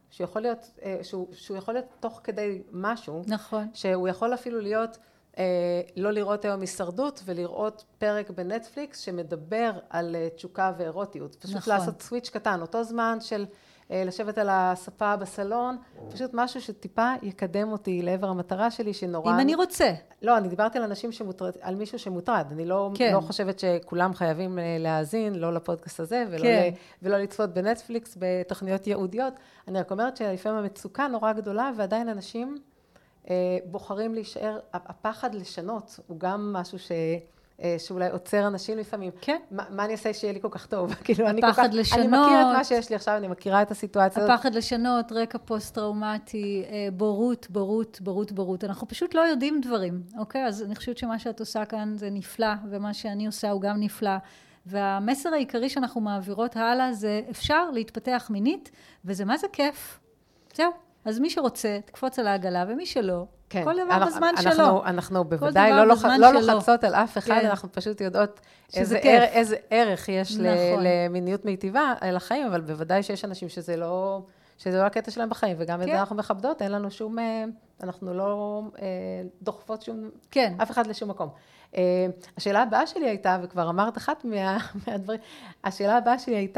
שיכול להיות, שהוא, שהוא יכול להיות תוך כדי משהו.
נכון.
שהוא יכול אפילו להיות, אה, לא לראות היום הישרדות, ולראות פרק בנטפליקס שמדבר על תשוקה ואירוטיות. פשוט נכון. לעשות סוויץ' קטן, אותו זמן של אה, לשבת על הספה בסלון, פשוט משהו שטיפה יקדם אותי לעבר המטרה שלי, שנורא...
אם אני רוצה.
לא, אני דיברתי על אנשים שמוטרד, על מישהו שמוטרד. אני לא, כן. לא חושבת שכולם חייבים להאזין, לא לפודקאסט הזה, ולא, כן. ל, ולא לצפות בנטפליקס, בתוכניות ייעודיות. אני רק אומרת שלפעמים המצוקה נורא גדולה, ועדיין אנשים אה, בוחרים להישאר. הפחד לשנות הוא גם משהו ש... שאולי עוצר אנשים לפעמים.
כן.
מה, מה אני אעשה שיהיה לי כל כך טוב? כאילו, אני
הפחד
כל כך,
לשנות.
אני מכיר את מה שיש לי עכשיו, אני מכירה את הסיטואציה הזאת.
הפחד לשנות, רקע פוסט-טראומטי, בורות, בורות, בורות, בורות. אנחנו פשוט לא יודעים דברים, אוקיי? אז אני חושבת שמה שאת עושה כאן זה נפלא, ומה שאני עושה הוא גם נפלא. והמסר העיקרי שאנחנו מעבירות הלאה זה אפשר להתפתח מינית, וזה מה זה כיף. זהו. אז מי שרוצה, תקפוץ על העגלה, ומי שלא,
כן.
כל דבר
אנחנו,
בזמן
אנחנו,
שלו.
אנחנו בוודאי לא, לוח, לא לוחצות על אף אחד, כן. אנחנו פשוט יודעות איזה, ער, איזה ערך יש נכון. למיניות מיטיבה על החיים, אבל בוודאי שיש אנשים שזה לא, שזה לא הקטע שלהם בחיים, וגם כן. את זה אנחנו מכבדות, אין לנו שום, אנחנו לא דוחפות שום, כן. אף אחד לשום מקום. השאלה הבאה שלי הייתה, וכבר אמרת אחת מה, מהדברים, השאלה הבאה שלי הייתה,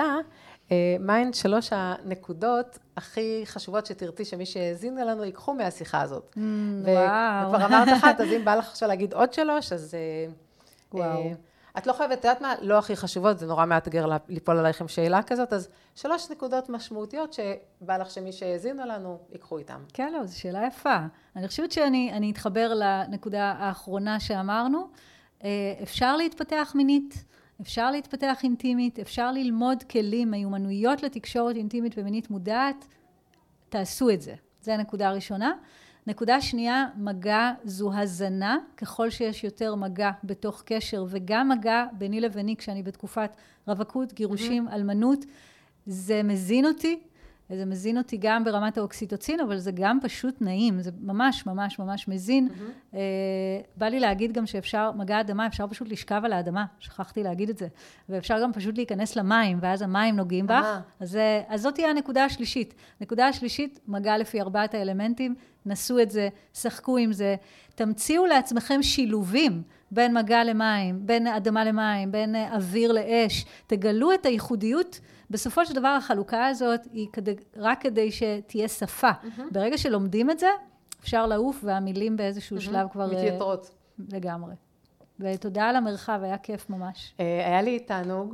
מהן שלוש הנקודות הכי חשובות שתרצי שמי שהאזינו לנו ייקחו מהשיחה הזאת.
Mm, וואו.
וכבר אמרת אחת, אז אם בא לך עכשיו להגיד עוד שלוש, אז...
וואו.
את לא חייבת, את יודעת מה? לא הכי חשובות, זה נורא מאתגר ליפול עלייכם שאלה כזאת, אז שלוש נקודות משמעותיות שבא לך שמי שהאזינו לנו ייקחו איתם.
כן, לא, זו שאלה יפה. אני חושבת שאני אני אתחבר לנקודה האחרונה שאמרנו. אפשר להתפתח מינית, אפשר להתפתח אינטימית, אפשר ללמוד כלים, מיומנויות לתקשורת אינטימית ומינית מודעת, תעשו את זה. זו הנקודה הראשונה. נקודה שנייה, מגע זו הזנה, ככל שיש יותר מגע בתוך קשר, וגם מגע ביני לביני, כשאני בתקופת רווקות, גירושים, mm-hmm. אלמנות, זה מזין אותי, זה מזין אותי גם ברמת האוקסיטוצין, אבל זה גם פשוט נעים, זה ממש ממש ממש מזין. Mm-hmm. אה, בא לי להגיד גם שאפשר, מגע אדמה, אפשר פשוט לשכב על האדמה, שכחתי להגיד את זה, ואפשר גם פשוט להיכנס למים, ואז המים נוגעים בך, uh-huh. אז, אז זאת תהיה הנקודה השלישית. נקודה השלישית, מגע לפי ארבעת האלמנטים, נסו את זה, שחקו עם זה, תמציאו לעצמכם שילובים בין מגע למים, בין אדמה למים, בין אוויר לאש, תגלו את הייחודיות. בסופו של דבר החלוקה הזאת היא כדי, רק כדי שתהיה שפה. Mm-hmm. ברגע שלומדים את זה, אפשר לעוף והמילים באיזשהו mm-hmm. שלב כבר...
מתייתרות.
לגמרי. ותודה על המרחב, היה כיף ממש.
היה לי תענוג.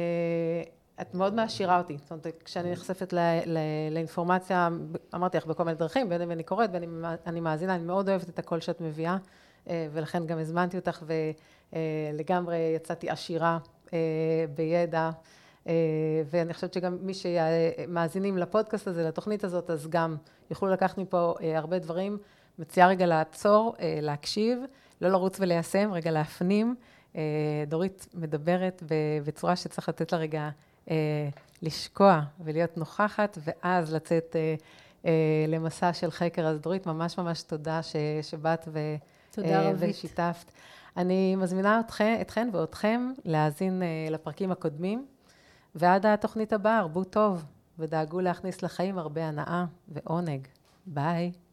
את מאוד מעשירה אותי. זאת אומרת, כשאני נחשפת ל, ל, לאינפורמציה, אמרתי לך בכל מיני דרכים, בין אם אני קוראת, בין אם אני מאזינה, אני מאוד אוהבת את הקול שאת מביאה, ולכן גם הזמנתי אותך, ולגמרי יצאתי עשירה בידע, ואני חושבת שגם מי שמאזינים לפודקאסט הזה, לתוכנית הזאת, אז גם יוכלו לקחת מפה הרבה דברים. מציעה רגע לעצור, להקשיב, לא לרוץ וליישם, רגע להפנים. דורית מדברת בצורה שצריך לתת לה רגע לשקוע ולהיות נוכחת, ואז לצאת למסע של חקר. אז דורית, ממש ממש תודה שבאת ושיתפת. אני מזמינה אתכן ואתכם להאזין לפרקים הקודמים, ועד התוכנית הבאה, הרבו טוב, ודאגו להכניס לחיים הרבה הנאה ועונג. ביי.